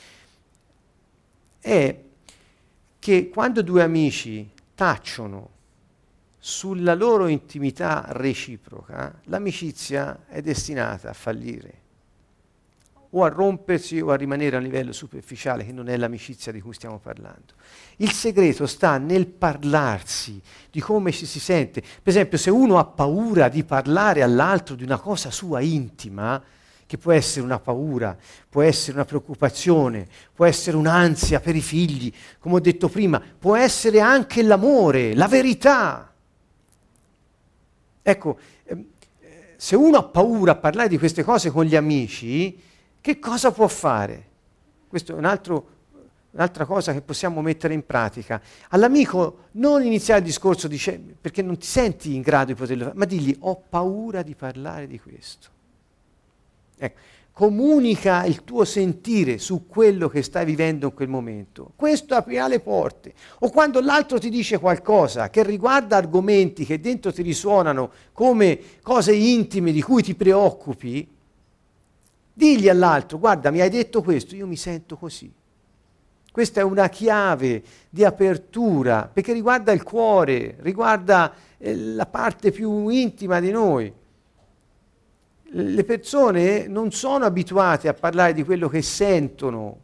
è che quando due amici tacciono sulla loro intimità reciproca, l'amicizia è destinata a fallire, o a rompersi o a rimanere a un livello superficiale, che non è l'amicizia di cui stiamo parlando. Il segreto sta nel parlarsi, di come ci si sente. Per esempio, se uno ha paura di parlare all'altro di una cosa sua intima, che può essere una paura, può essere una preoccupazione, può essere un'ansia per i figli, come ho detto prima, può essere anche l'amore, la verità. Ecco, se uno ha paura a parlare di queste cose con gli amici, che cosa può fare? Questo è un'altra cosa che possiamo mettere in pratica. All'amico non iniziare il discorso perché non ti senti in grado di poterlo fare, ma digli ho paura di parlare di questo. Ecco, comunica il tuo sentire su quello che stai vivendo in quel momento. Questo aprirà le porte. O quando l'altro ti dice qualcosa che riguarda argomenti che dentro ti risuonano come cose intime di cui ti preoccupi, digli all'altro, guarda, mi hai detto questo, io mi sento così. Questa è una chiave di apertura, perché riguarda il cuore, riguarda la parte più intima di noi. Le persone non sono abituate a parlare di quello che sentono,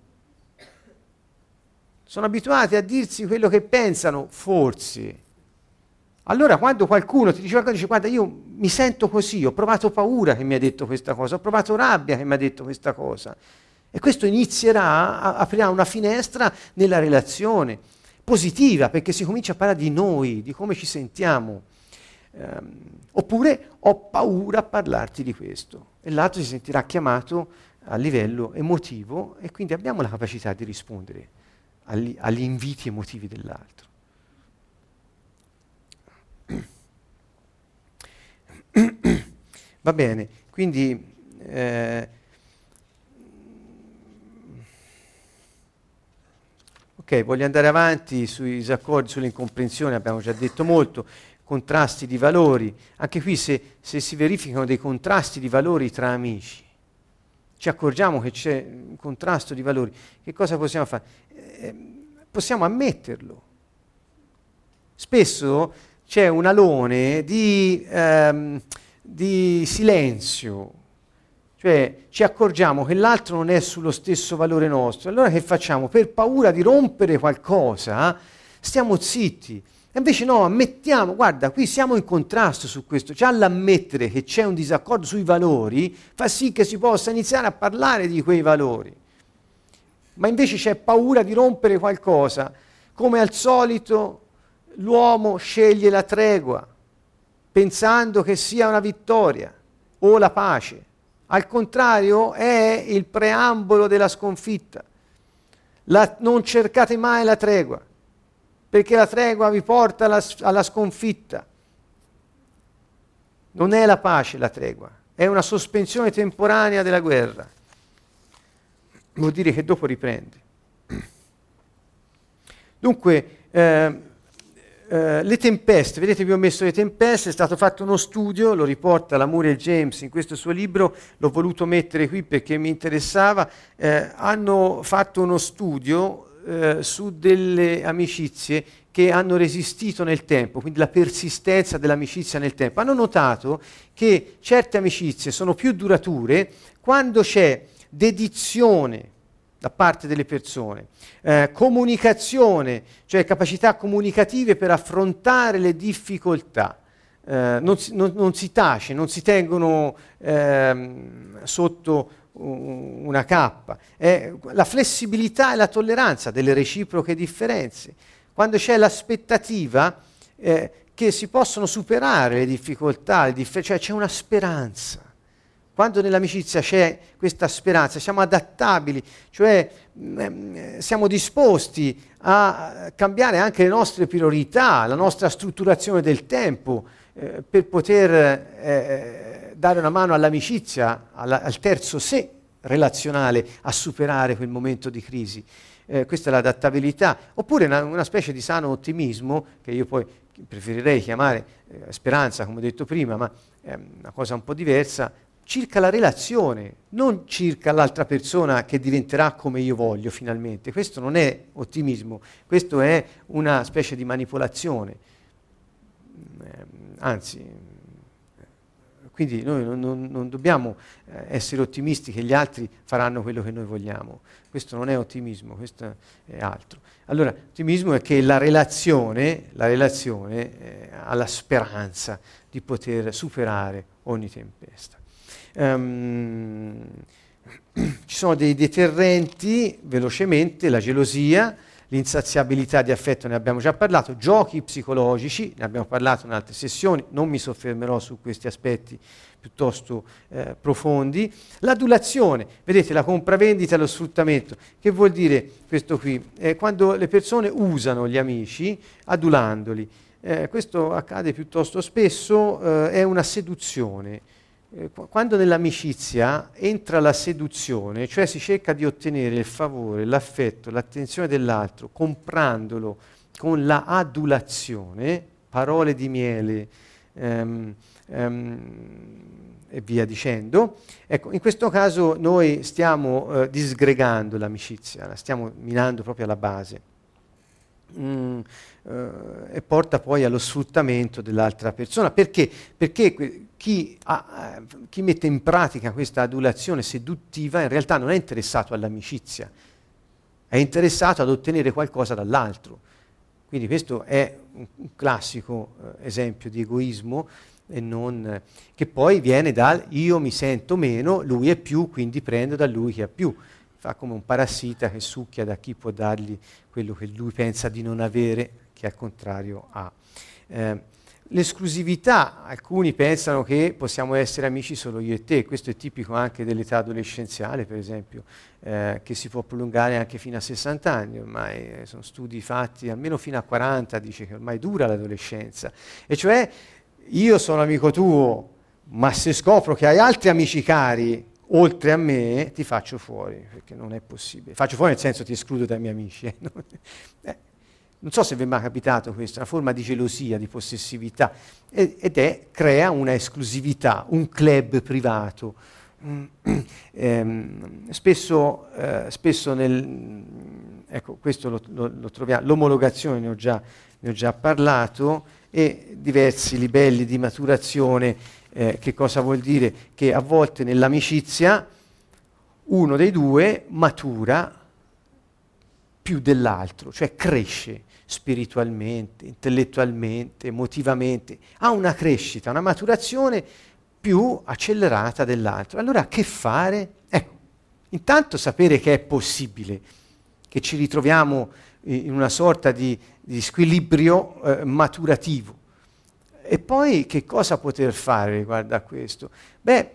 sono abituate a dirsi quello che pensano, forse. Allora quando qualcuno ti dice qualcosa, dice guarda io mi sento così, ho provato paura che mi ha detto questa cosa, ho provato rabbia che mi ha detto questa cosa, E questo aprirà una finestra nella relazione positiva, perché si comincia a parlare di noi, di come ci sentiamo. Oppure ho paura a parlarti di questo, e l'altro si sentirà chiamato a livello emotivo, e quindi abbiamo la capacità di rispondere agli inviti emotivi dell'altro. Va bene, quindi ok, voglio andare avanti sui disaccordi, sulle incomprensioni, abbiamo già detto molto, contrasti di valori. Anche qui se si verificano dei contrasti di valori tra amici, ci accorgiamo che c'è un contrasto di valori, che cosa possiamo fare? Possiamo ammetterlo. Spesso c'è un alone di silenzio, cioè ci accorgiamo che l'altro non è sullo stesso valore nostro. Allora che facciamo? Per paura di rompere qualcosa, stiamo zitti. E invece no, ammettiamo, guarda, qui siamo in contrasto su questo. Già l'ammettere che c'è un disaccordo sui valori fa sì che si possa iniziare a parlare di quei valori. Ma invece c'è paura di rompere qualcosa. Come al solito l'uomo sceglie la tregua, pensando che sia una vittoria o la pace. Al contrario, è il preambolo della sconfitta. Non cercate mai la tregua, perché la tregua vi porta alla sconfitta. Non è la pace la tregua, è una sospensione temporanea della guerra. Vuol dire che dopo riprende. Dunque, le tempeste, vedete vi ho messo le tempeste, è stato fatto uno studio, lo riporta la Muriel James in questo suo libro, l'ho voluto mettere qui perché mi interessava, hanno fatto uno studio su delle amicizie che hanno resistito nel tempo, quindi la persistenza dell'amicizia nel tempo. Hanno notato che certe amicizie sono più durature quando c'è dedizione da parte delle persone, comunicazione, cioè capacità comunicative per affrontare le difficoltà, non si tace, non si tengono sotto una cappa, la flessibilità e la tolleranza delle reciproche differenze, quando c'è l'aspettativa che si possono superare le difficoltà, cioè c'è una speranza. Quando nell'amicizia c'è questa speranza, siamo adattabili, cioè siamo disposti a cambiare anche le nostre priorità, la nostra strutturazione del tempo, per poter dare una mano all'amicizia, al terzo sé relazionale, a superare quel momento di crisi. Questa è l'adattabilità. Oppure una specie di sano ottimismo, che io poi preferirei chiamare speranza, come ho detto prima, ma è una cosa un po' diversa, circa la relazione, non circa l'altra persona che diventerà come io voglio finalmente. Questo non è ottimismo, questo è una specie di manipolazione. Anzi, quindi noi non dobbiamo essere ottimisti che gli altri faranno quello che noi vogliamo. Questo non è ottimismo, questo è altro. Allora, ottimismo è che la relazione ha la speranza di poter superare ogni tempesta. Ci sono dei deterrenti, velocemente, la gelosia, l'insaziabilità di affetto, ne abbiamo già parlato, giochi psicologici, ne abbiamo parlato in altre sessioni, non mi soffermerò su questi aspetti piuttosto profondi. L'adulazione, vedete, la compravendita e lo sfruttamento. Che vuol dire questo qui? Quando le persone usano gli amici adulandoli. Questo accade piuttosto spesso, è una seduzione. Quando nell'amicizia entra la seduzione, cioè si cerca di ottenere il favore, l'affetto, l'attenzione dell'altro, comprandolo con la adulazione, parole di miele e via dicendo, ecco, in questo caso noi stiamo disgregando l'amicizia, la stiamo minando proprio alla base. E porta poi allo sfruttamento dell'altra persona. Perché? Perché chi mette in pratica questa adulazione seduttiva in realtà non è interessato all'amicizia, è interessato ad ottenere qualcosa dall'altro. Quindi questo è un classico esempio di egoismo, e non, che poi viene dal io mi sento meno, lui è più, quindi prendo da lui che ha più. fa come un parassita che succhia da chi può dargli quello che lui pensa di non avere, che al contrario ha. L'esclusività, alcuni pensano che possiamo essere amici solo io e te, questo è tipico anche dell'età adolescenziale, per esempio, che si può prolungare anche fino a 60 anni, ormai sono studi fatti almeno fino a 40, dice che ormai dura l'adolescenza, e cioè io sono amico tuo, ma se scopro che hai altri amici cari oltre a me, ti faccio fuori, perché non è possibile. Faccio fuori nel senso ti escludo dai miei amici. Non so se vi è mai capitato questo, una forma di gelosia, di possessività, crea una esclusività, un club privato. Spesso ecco, questo lo troviamo, l'omologazione ne ho già parlato, e diversi livelli di maturazione. Che cosa vuol dire? Che a volte nell'amicizia uno dei due matura più dell'altro, cioè cresce spiritualmente, intellettualmente, emotivamente, ha una crescita, una maturazione più accelerata dell'altro. Allora che fare? Ecco, intanto sapere che è possibile, che ci ritroviamo in una sorta di squilibrio maturativo. E poi che cosa poter fare riguardo a questo? Beh,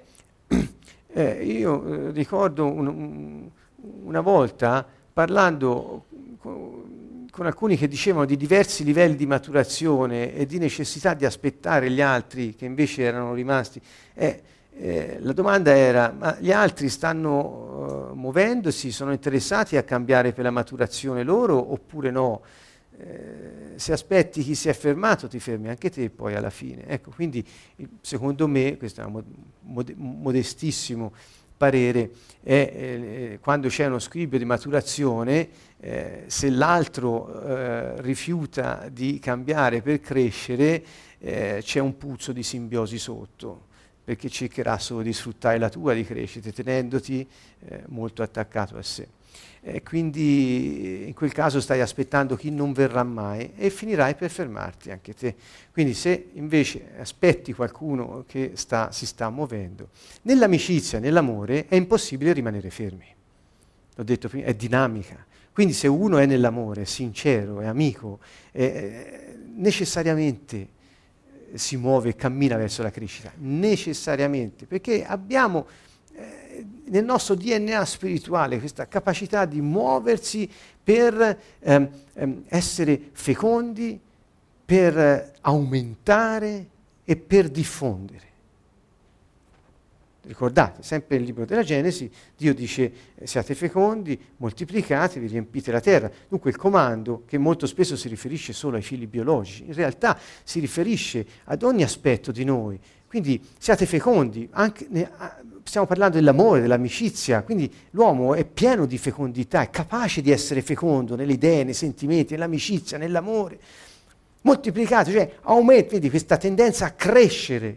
io ricordo una volta, parlando con alcuni che dicevano di diversi livelli di maturazione e di necessità di aspettare gli altri che invece erano rimasti, la domanda era: ma gli altri stanno muovendosi, sono interessati a cambiare per la maturazione loro oppure no? Se aspetti chi si è fermato ti fermi anche te poi alla fine. Ecco, quindi secondo me, questo è un modestissimo parere, quando c'è uno squilibrio di maturazione, se l'altro rifiuta di cambiare per crescere, c'è un puzzo di simbiosi sotto, perché cercherà solo di sfruttare la tua di crescita, tenendoti molto attaccato a sé. Quindi in quel caso stai aspettando chi non verrà mai e finirai per fermarti anche te. Quindi se invece aspetti qualcuno che si sta muovendo, nell'amicizia, nell'amore è impossibile rimanere fermi. L'ho detto prima, è dinamica. Quindi se uno è nell'amore, è sincero, è amico, necessariamente si muove e cammina verso la crescita, necessariamente, perché abbiamo nel nostro DNA spirituale questa capacità di muoversi per essere fecondi, per aumentare e per diffondere. Ricordate, sempre nel libro della Genesi, Dio dice: siate fecondi, moltiplicatevi, riempite la terra. Dunque il comando, che molto spesso si riferisce solo ai figli biologici, in realtà si riferisce ad ogni aspetto di noi. Quindi siate fecondi, stiamo parlando dell'amore, dell'amicizia, quindi l'uomo è pieno di fecondità, è capace di essere fecondo nelle idee, nei sentimenti, nell'amicizia, nell'amore. Moltiplicate, cioè aumenta, vedi, questa tendenza a crescere.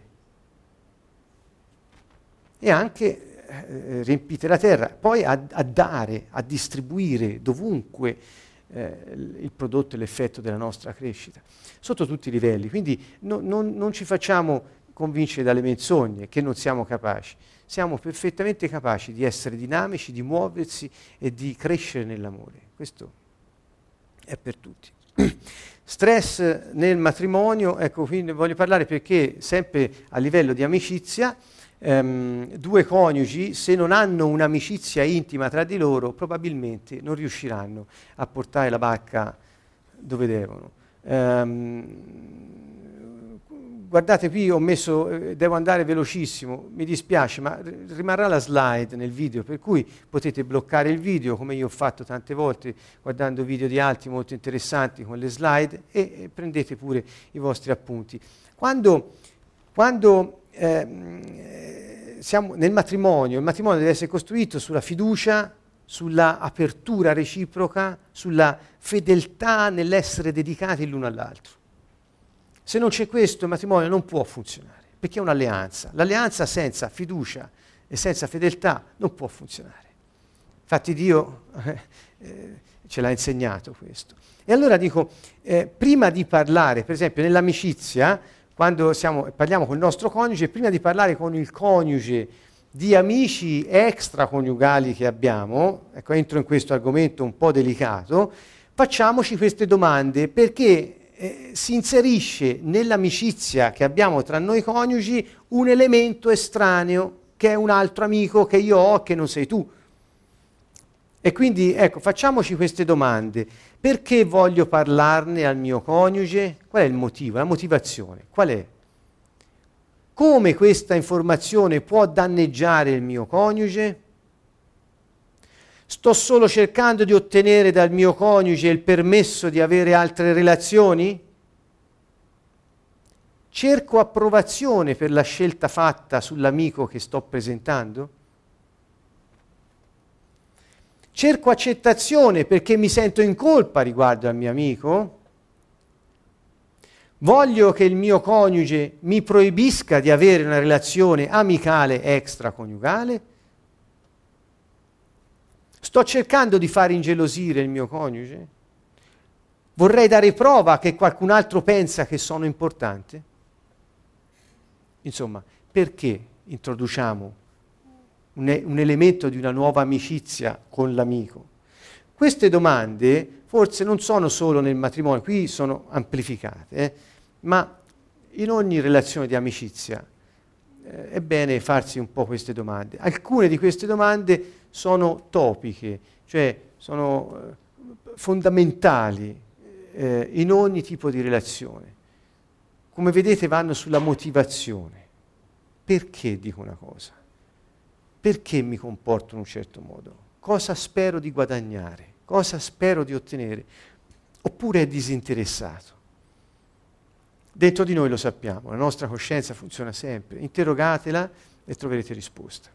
E anche riempite la terra, poi a dare, a distribuire dovunque il prodotto e l'effetto della nostra crescita, sotto tutti i livelli. Quindi non ci facciamo convincere dalle menzogne che non siamo capaci. Siamo perfettamente capaci di essere dinamici, di muoversi e di crescere nell'amore. Questo è per tutti. Stress nel matrimonio, ecco, quindi voglio parlare perché sempre a livello di amicizia, due coniugi, se non hanno un'amicizia intima tra di loro, probabilmente non riusciranno a portare la barca dove devono. Guardate, qui ho messo, devo andare velocissimo, mi dispiace, ma rimarrà la slide nel video, per cui potete bloccare il video, come io ho fatto tante volte, guardando video di altri molto interessanti con le slide, e prendete pure i vostri appunti. Quando siamo nel matrimonio, il matrimonio deve essere costruito sulla fiducia, sulla apertura reciproca, sulla fedeltà nell'essere dedicati l'uno all'altro. Se non c'è questo, il matrimonio non può funzionare, perché è un'alleanza. L'alleanza senza fiducia e senza fedeltà non può funzionare. Infatti Dio ce l'ha insegnato questo. E allora dico, prima di parlare, per esempio nell'amicizia, quando parliamo con il nostro coniuge, prima di parlare con il coniuge di amici extraconiugali che abbiamo, ecco, entro in questo argomento un po' delicato, facciamoci queste domande, perché si inserisce nell'amicizia che abbiamo tra noi coniugi un elemento estraneo, che è un altro amico che io ho, che non sei tu. E quindi, ecco, facciamoci queste domande. Perché voglio parlarne al mio coniuge? Qual è il motivo, la motivazione? Qual è? Come questa informazione può danneggiare il mio coniuge? Sto solo cercando di ottenere dal mio coniuge il permesso di avere altre relazioni? Cerco approvazione per la scelta fatta sull'amico che sto presentando? Cerco accettazione perché mi sento in colpa riguardo al mio amico? Voglio che il mio coniuge mi proibisca di avere una relazione amicale extraconiugale? Sto cercando di far ingelosire il mio coniuge? Vorrei dare prova che qualcun altro pensa che sono importante? Insomma, perché introduciamo un elemento di una nuova amicizia con l'amico? Queste domande forse non sono solo nel matrimonio, qui sono amplificate, ma in ogni relazione di amicizia è bene farsi un po' queste domande. Alcune di queste domande sono topiche, cioè sono fondamentali in ogni tipo di relazione. Come vedete vanno sulla motivazione. Perché dico una cosa? Perché mi comporto in un certo modo? Cosa spero di guadagnare? Cosa spero di ottenere? Oppure è disinteressato? Dentro di noi lo sappiamo, la nostra coscienza funziona sempre. Interrogatela e troverete risposta.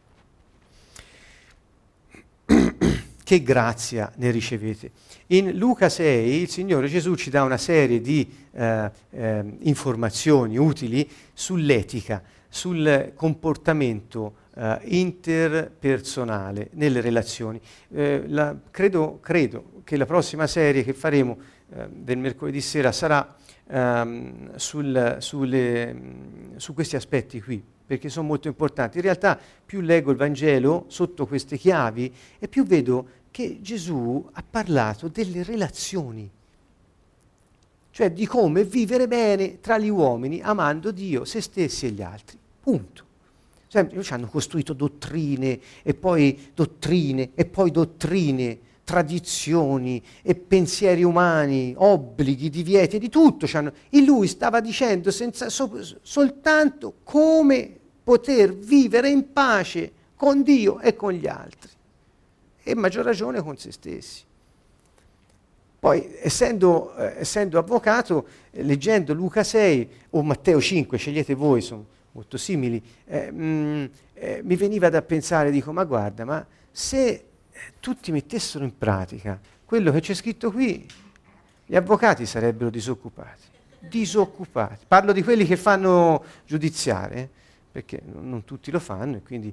Che grazia ne ricevete. In Luca 6 il Signore Gesù ci dà una serie di informazioni utili sull'etica, sul comportamento interpersonale nelle relazioni. Credo che la prossima serie che faremo del mercoledì sera sarà su questi aspetti qui, perché sono molto importanti. In realtà più leggo il Vangelo sotto queste chiavi e più vedo che Gesù ha parlato delle relazioni, cioè di come vivere bene tra gli uomini amando Dio, se stessi e gli altri. Punto. Sempre, ci hanno costruito dottrine e poi dottrine, tradizioni e pensieri umani, obblighi, divieti, di tutto. E lui stava dicendo soltanto come poter vivere in pace con Dio e con gli altri. E maggior ragione con se stessi. Poi, essendo avvocato, leggendo Luca 6 o Matteo 5, scegliete voi, sono molto simili, mi veniva da pensare, dico, ma guarda, ma se tutti mettessero in pratica quello che c'è scritto qui, gli avvocati sarebbero disoccupati. Disoccupati. Parlo di quelli che fanno giudiziare, perché non tutti lo fanno, e quindi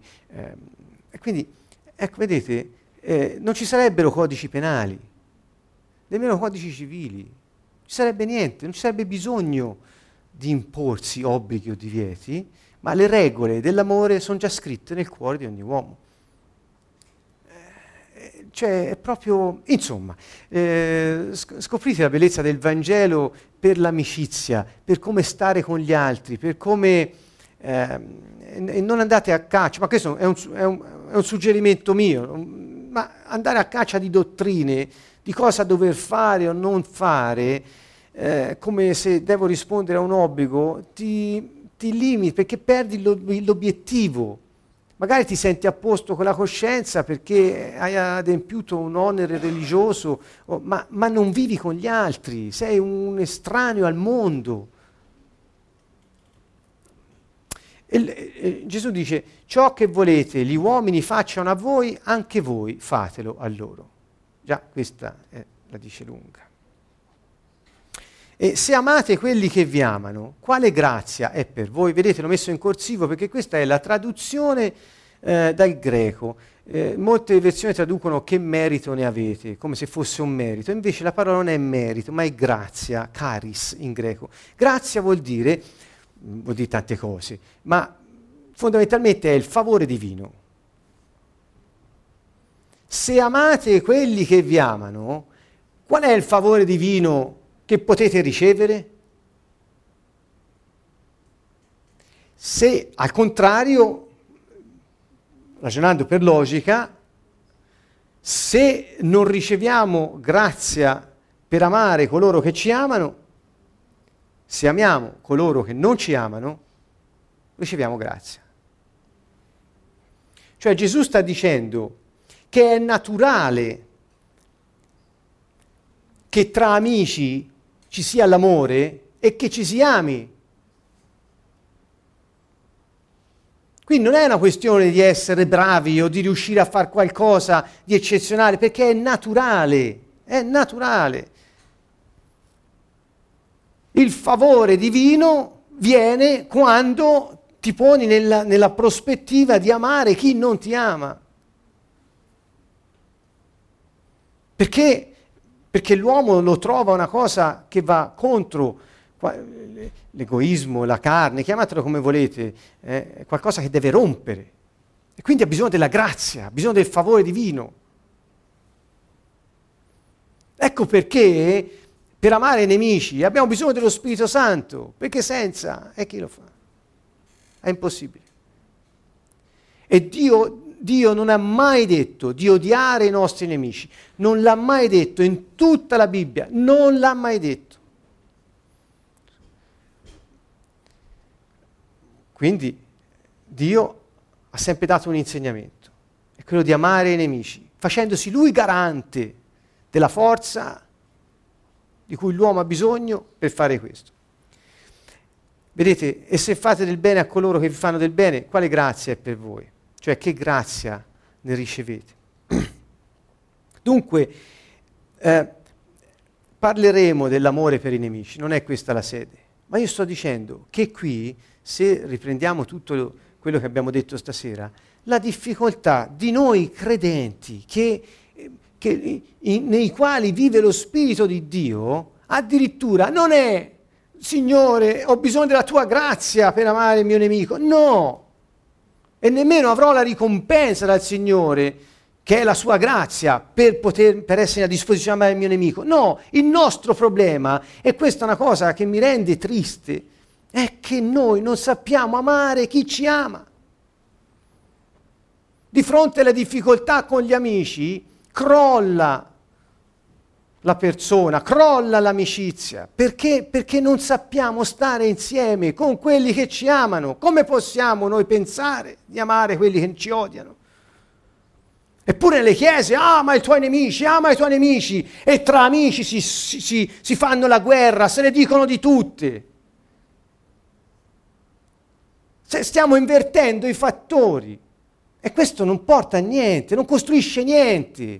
ecco, vedete, non ci sarebbero codici penali, nemmeno codici civili, non ci sarebbe niente, non ci sarebbe bisogno di imporsi obblighi o divieti, ma le regole dell'amore sono già scritte nel cuore di ogni uomo. Cioè, è proprio, insomma, scoprite la bellezza del Vangelo per l'amicizia, per come stare con gli altri, per come e non andate a caccia, ma questo è un suggerimento mio, ma andare a caccia di dottrine, di cosa dover fare o non fare, come se devo rispondere a un obbligo, ti limiti perché perdi l'obiettivo. Magari ti senti a posto con la coscienza perché hai adempiuto un onere religioso, ma non vivi con gli altri, sei un estraneo al mondo. Gesù dice, ciò che volete gli uomini facciano a voi, anche voi fatelo a loro. Già, questa la dice lunga. E se amate quelli che vi amano, quale grazia è per voi? Vedete, l'ho messo in corsivo perché questa è la traduzione dal greco. Molte versioni traducono che merito ne avete, come se fosse un merito. Invece la parola non è merito, ma è grazia, charis in greco. Grazia vuol dire tante cose, ma fondamentalmente è il favore divino. Se amate quelli che vi amano, qual è il favore divino che potete ricevere? Se al contrario, ragionando per logica, se non riceviamo grazia per amare coloro che ci amano, se amiamo coloro che non ci amano, riceviamo grazia. Cioè Gesù sta dicendo che è naturale che tra amici ci sia l'amore e che ci si ami. Quindi non è una questione di essere bravi o di riuscire a fare qualcosa di eccezionale, perché è naturale, è naturale. Il favore divino viene quando ti poni nella prospettiva di amare chi non ti ama. Perché l'uomo lo trova una cosa che va contro l'egoismo, la carne, chiamatelo come volete, è qualcosa che deve rompere. E quindi ha bisogno della grazia, ha bisogno del favore divino. Ecco perché per amare i nemici abbiamo bisogno dello Spirito Santo, perché senza, chi lo fa? È impossibile. E Dio non ha mai detto di odiare i nostri nemici, non l'ha mai detto in tutta la Bibbia, non l'ha mai detto. Quindi Dio ha sempre dato un insegnamento, è quello di amare i nemici, facendosi Lui garante della forza di cui l'uomo ha bisogno per fare questo. Vedete, e se fate del bene a coloro che vi fanno del bene, quale grazia è per voi? Cioè, che grazia ne ricevete? Dunque, parleremo dell'amore per i nemici, non è questa la sede, ma io sto dicendo che qui, se riprendiamo tutto quello che abbiamo detto stasera, la difficoltà di noi credenti nei quali vive lo Spirito di Dio, addirittura non è, Signore, ho bisogno della tua grazia per amare il mio nemico, no, e nemmeno avrò la ricompensa dal Signore, che è la sua grazia, per essere a disposizione di amare il mio nemico. No, il nostro problema, e questa è una cosa che mi rende triste, è che noi non sappiamo amare chi ci ama. Di fronte alle difficoltà con gli amici, crolla la persona, crolla l'amicizia. Perché? Perché non sappiamo stare insieme con quelli che ci amano. Come possiamo noi pensare di amare quelli che ci odiano? Eppure nelle chiese, ama i tuoi nemici, e tra amici si fanno la guerra, se ne dicono di tutte. Stiamo invertendo i fattori e questo non porta a niente, non costruisce niente.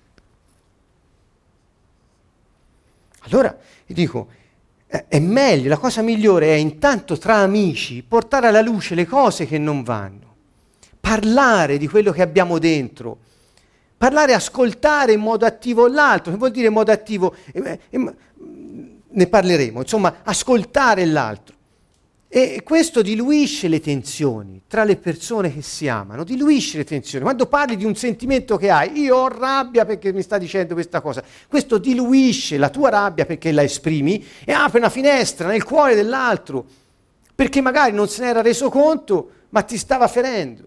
Allora, io dico, è meglio, la cosa migliore è intanto tra amici portare alla luce le cose che non vanno, parlare di quello che abbiamo dentro, parlare, ascoltare in modo attivo l'altro. Che vuol dire in modo attivo? Ne parleremo, insomma, ascoltare l'altro. E questo diluisce le tensioni tra le persone che si amano, diluisce le tensioni. Quando parli di un sentimento che hai, io ho rabbia perché mi sta dicendo questa cosa, questo diluisce la tua rabbia perché la esprimi e apre una finestra nel cuore dell'altro, perché magari non se ne era reso conto, ma ti stava ferendo.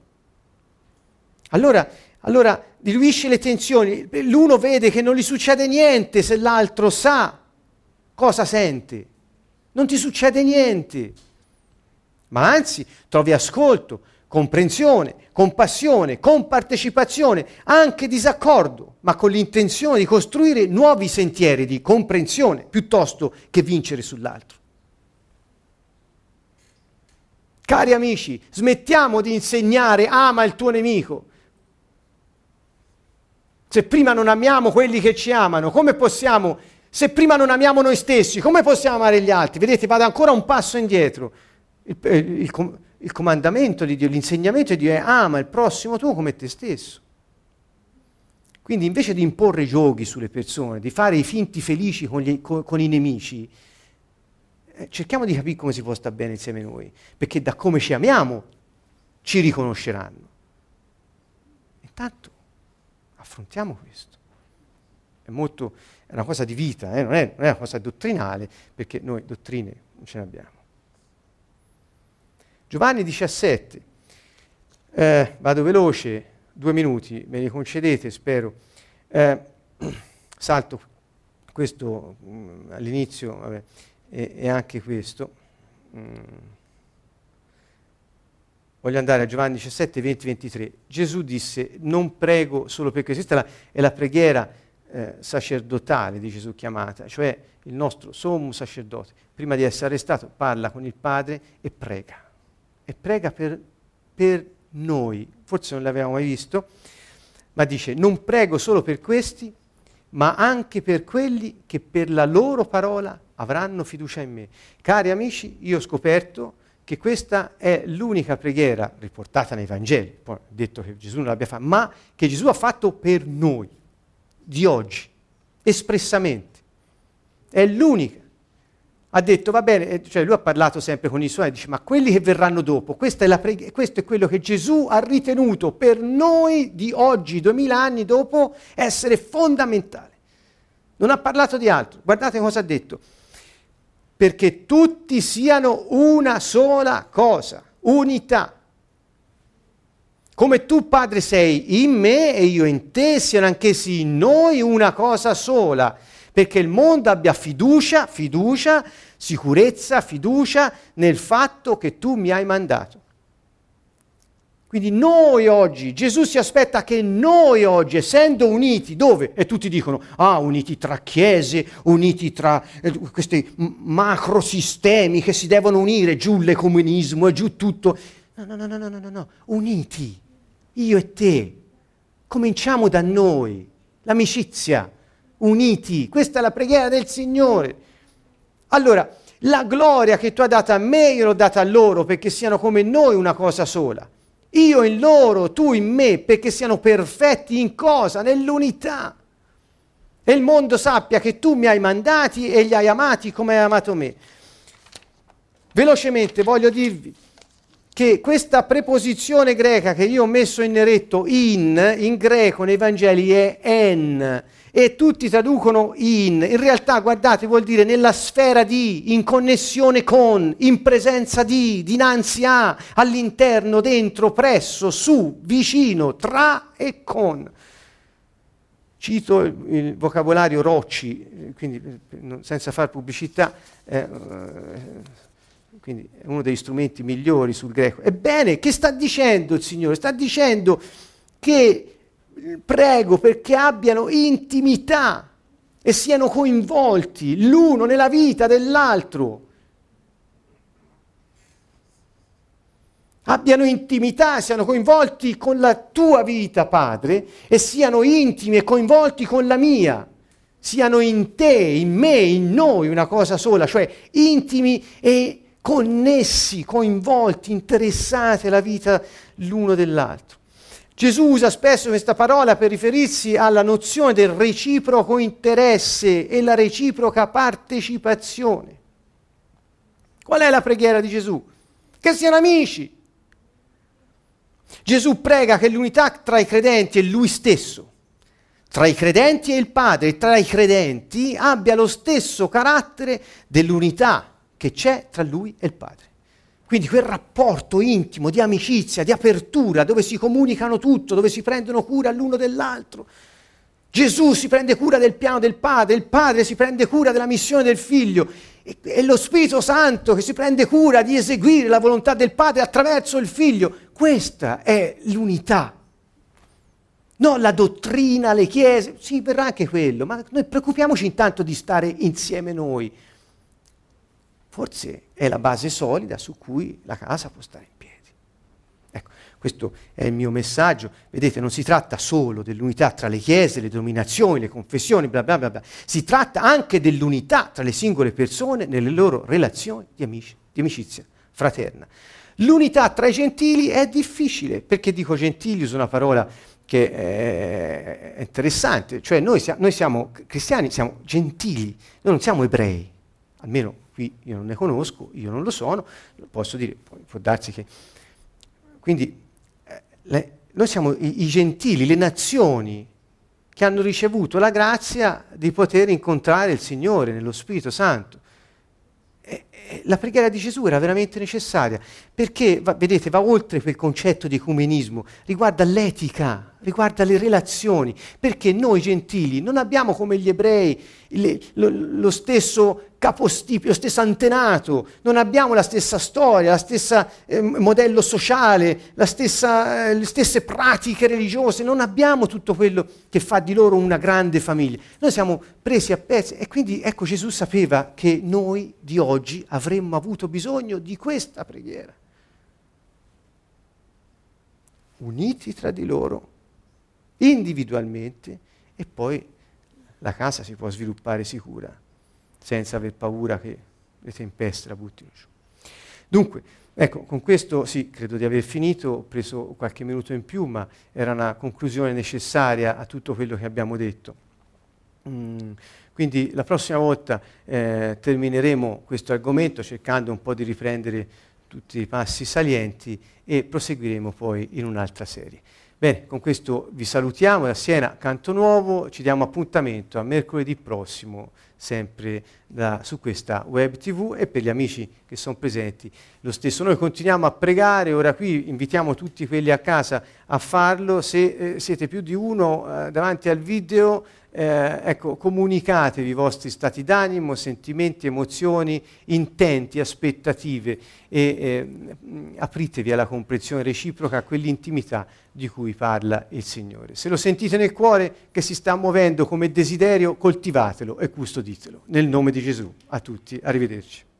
Allora diluisce le tensioni, l'uno vede che non gli succede niente se l'altro sa cosa sente, non ti succede niente. Ma anzi trovi ascolto, comprensione, compassione, compartecipazione, anche disaccordo, ma con l'intenzione di costruire nuovi sentieri di comprensione piuttosto che vincere sull'altro. Cari amici, smettiamo di insegnare ama il tuo nemico. Se prima non amiamo quelli che ci amano, come possiamo, se prima non amiamo noi stessi, come possiamo amare gli altri? Vedete, vado ancora un passo indietro. Il comandamento di Dio, l'insegnamento di Dio è ama il prossimo tuo come te stesso. Quindi invece di imporre giochi sulle persone, di fare i finti felici con i nemici, cerchiamo di capire come si può stare bene insieme noi, perché da come ci amiamo ci riconosceranno. Intanto affrontiamo questo. È una cosa di vita, non è una cosa dottrinale, perché noi dottrine non ce ne abbiamo. Giovanni 17, vado veloce, 2 minuti, me li concedete, spero. Salto questo all'inizio, vabbè, e anche questo. Voglio andare a Giovanni 17, 20, 23. Gesù disse, non prego solo per questo. Questa è la preghiera sacerdotale di Gesù chiamata, cioè il nostro sommo sacerdote. Prima di essere arrestato parla con il Padre e prega. E prega per noi. Forse non l'avevamo mai visto, ma dice, non prego solo per questi, ma anche per quelli che per la loro parola avranno fiducia in me. Cari amici, io ho scoperto che questa è l'unica preghiera riportata nei Vangeli, poi detto che Gesù non l'abbia fatta, ma che Gesù ha fatto per noi, di oggi, espressamente. È l'unica. Ha detto, va bene, cioè lui ha parlato sempre con i suoi, dice, ma quelli che verranno dopo, questo è quello che Gesù ha ritenuto per noi di oggi, 2000 anni dopo, essere fondamentale. Non ha parlato di altro. Guardate cosa ha detto. Perché tutti siano una sola cosa, unità. Come tu, Padre, sei in me e io in te, siano anch'essi in noi una cosa sola, perché il mondo abbia fiducia, sicurezza, fiducia nel fatto che tu mi hai mandato. Quindi noi oggi, Gesù si aspetta che noi oggi, essendo uniti, dove? E tutti dicono, uniti tra chiese, uniti tra questi macrosistemi che si devono unire, giù l'ecumenismo e giù tutto. No, uniti, io e te. Cominciamo da noi, l'amicizia, uniti. Questa è la preghiera del Signore. Allora, la gloria che tu hai data a me, io l'ho data a loro, perché siano come noi una cosa sola. Io in loro, tu in me, perché siano perfetti in cosa? Nell'unità. E il mondo sappia che tu mi hai mandati e li hai amati come hai amato me. Velocemente voglio dirvi che questa preposizione greca che io ho messo in neretto, in greco nei Vangeli è en, e tutti traducono in realtà guardate vuol dire nella sfera di, in connessione con, in presenza di, dinanzi a, all'interno, dentro, presso, su, vicino, tra e con. Cito il vocabolario Rocci, quindi senza far pubblicità, quindi è uno degli strumenti migliori sul greco. Ebbene, che sta dicendo il Signore? Sta dicendo che prego perché abbiano intimità e siano coinvolti l'uno nella vita dell'altro. Abbiano intimità, siano coinvolti con la tua vita, Padre, e siano intimi e coinvolti con la mia. Siano in te, in me, in noi una cosa sola, cioè intimi e connessi, coinvolti, interessati alla vita l'uno dell'altro. Gesù usa spesso questa parola per riferirsi alla nozione del reciproco interesse e la reciproca partecipazione. Qual è la preghiera di Gesù? Che siano amici. Gesù prega che l'unità tra i credenti e Lui stesso, tra i credenti e il Padre, e tra i credenti abbia lo stesso carattere dell'unità che c'è tra Lui e il Padre. Quindi quel rapporto intimo di amicizia, di apertura, dove si comunicano tutto, dove si prendono cura l'uno dell'altro. Gesù si prende cura del piano del Padre, il Padre si prende cura della missione del Figlio e lo Spirito Santo che si prende cura di eseguire la volontà del Padre attraverso il Figlio. Questa è l'unità. Non la dottrina, le chiese, sì, verrà anche quello, ma noi preoccupiamoci intanto di stare insieme noi. Forse è la base solida su cui la casa può stare in piedi. Ecco, questo è il mio messaggio. Vedete, non si tratta solo dell'unità tra le chiese, le denominazioni, le confessioni, bla bla bla bla. Si tratta anche dell'unità tra le singole persone nelle loro relazioni di amicizia fraterna. L'unità tra i gentili è difficile. Perché dico gentili? Uso una parola che è interessante. Cioè noi siamo cristiani, siamo gentili, noi non siamo ebrei, almeno qui io non ne conosco, io non lo sono, posso dire, può darsi che Quindi noi siamo i gentili, le nazioni che hanno ricevuto la grazia di poter incontrare il Signore nello Spirito Santo. La preghiera di Gesù era veramente necessaria, perché, vedete, va oltre quel concetto di ecumenismo, riguarda l'etica, riguarda le relazioni, perché noi gentili non abbiamo come gli ebrei lo stesso capostipite, lo stesso antenato, non abbiamo la stessa storia, la stessa modello sociale, le stesse pratiche religiose, non abbiamo tutto quello che fa di loro una grande famiglia. Noi siamo presi a pezzi e quindi ecco Gesù sapeva che noi di oggi avremmo avuto bisogno di questa preghiera. Uniti tra di loro, individualmente, e poi la casa si può sviluppare sicura, senza aver paura che le tempeste la buttino giù. Dunque, ecco, con questo sì, credo di aver finito, ho preso qualche minuto in più, ma era una conclusione necessaria a tutto quello che abbiamo detto. Quindi la prossima volta termineremo questo argomento cercando un po' di riprendere tutti i passi salienti e proseguiremo poi in un'altra serie. Bene, con questo vi salutiamo da Siena Canto Nuovo, ci diamo appuntamento a mercoledì prossimo, sempre su questa web tv, e per gli amici che sono presenti lo stesso. Noi continuiamo a pregare, ora qui invitiamo tutti quelli a casa a farlo, se siete più di uno davanti al video, ecco, comunicatevi i vostri stati d'animo, sentimenti, emozioni, intenti, aspettative e apritevi alla comprensione reciproca, a quell'intimità di cui parla il Signore. Se lo sentite nel cuore che si sta muovendo come desiderio, coltivatelo e custoditelo. Nel nome di Gesù. A tutti, arrivederci.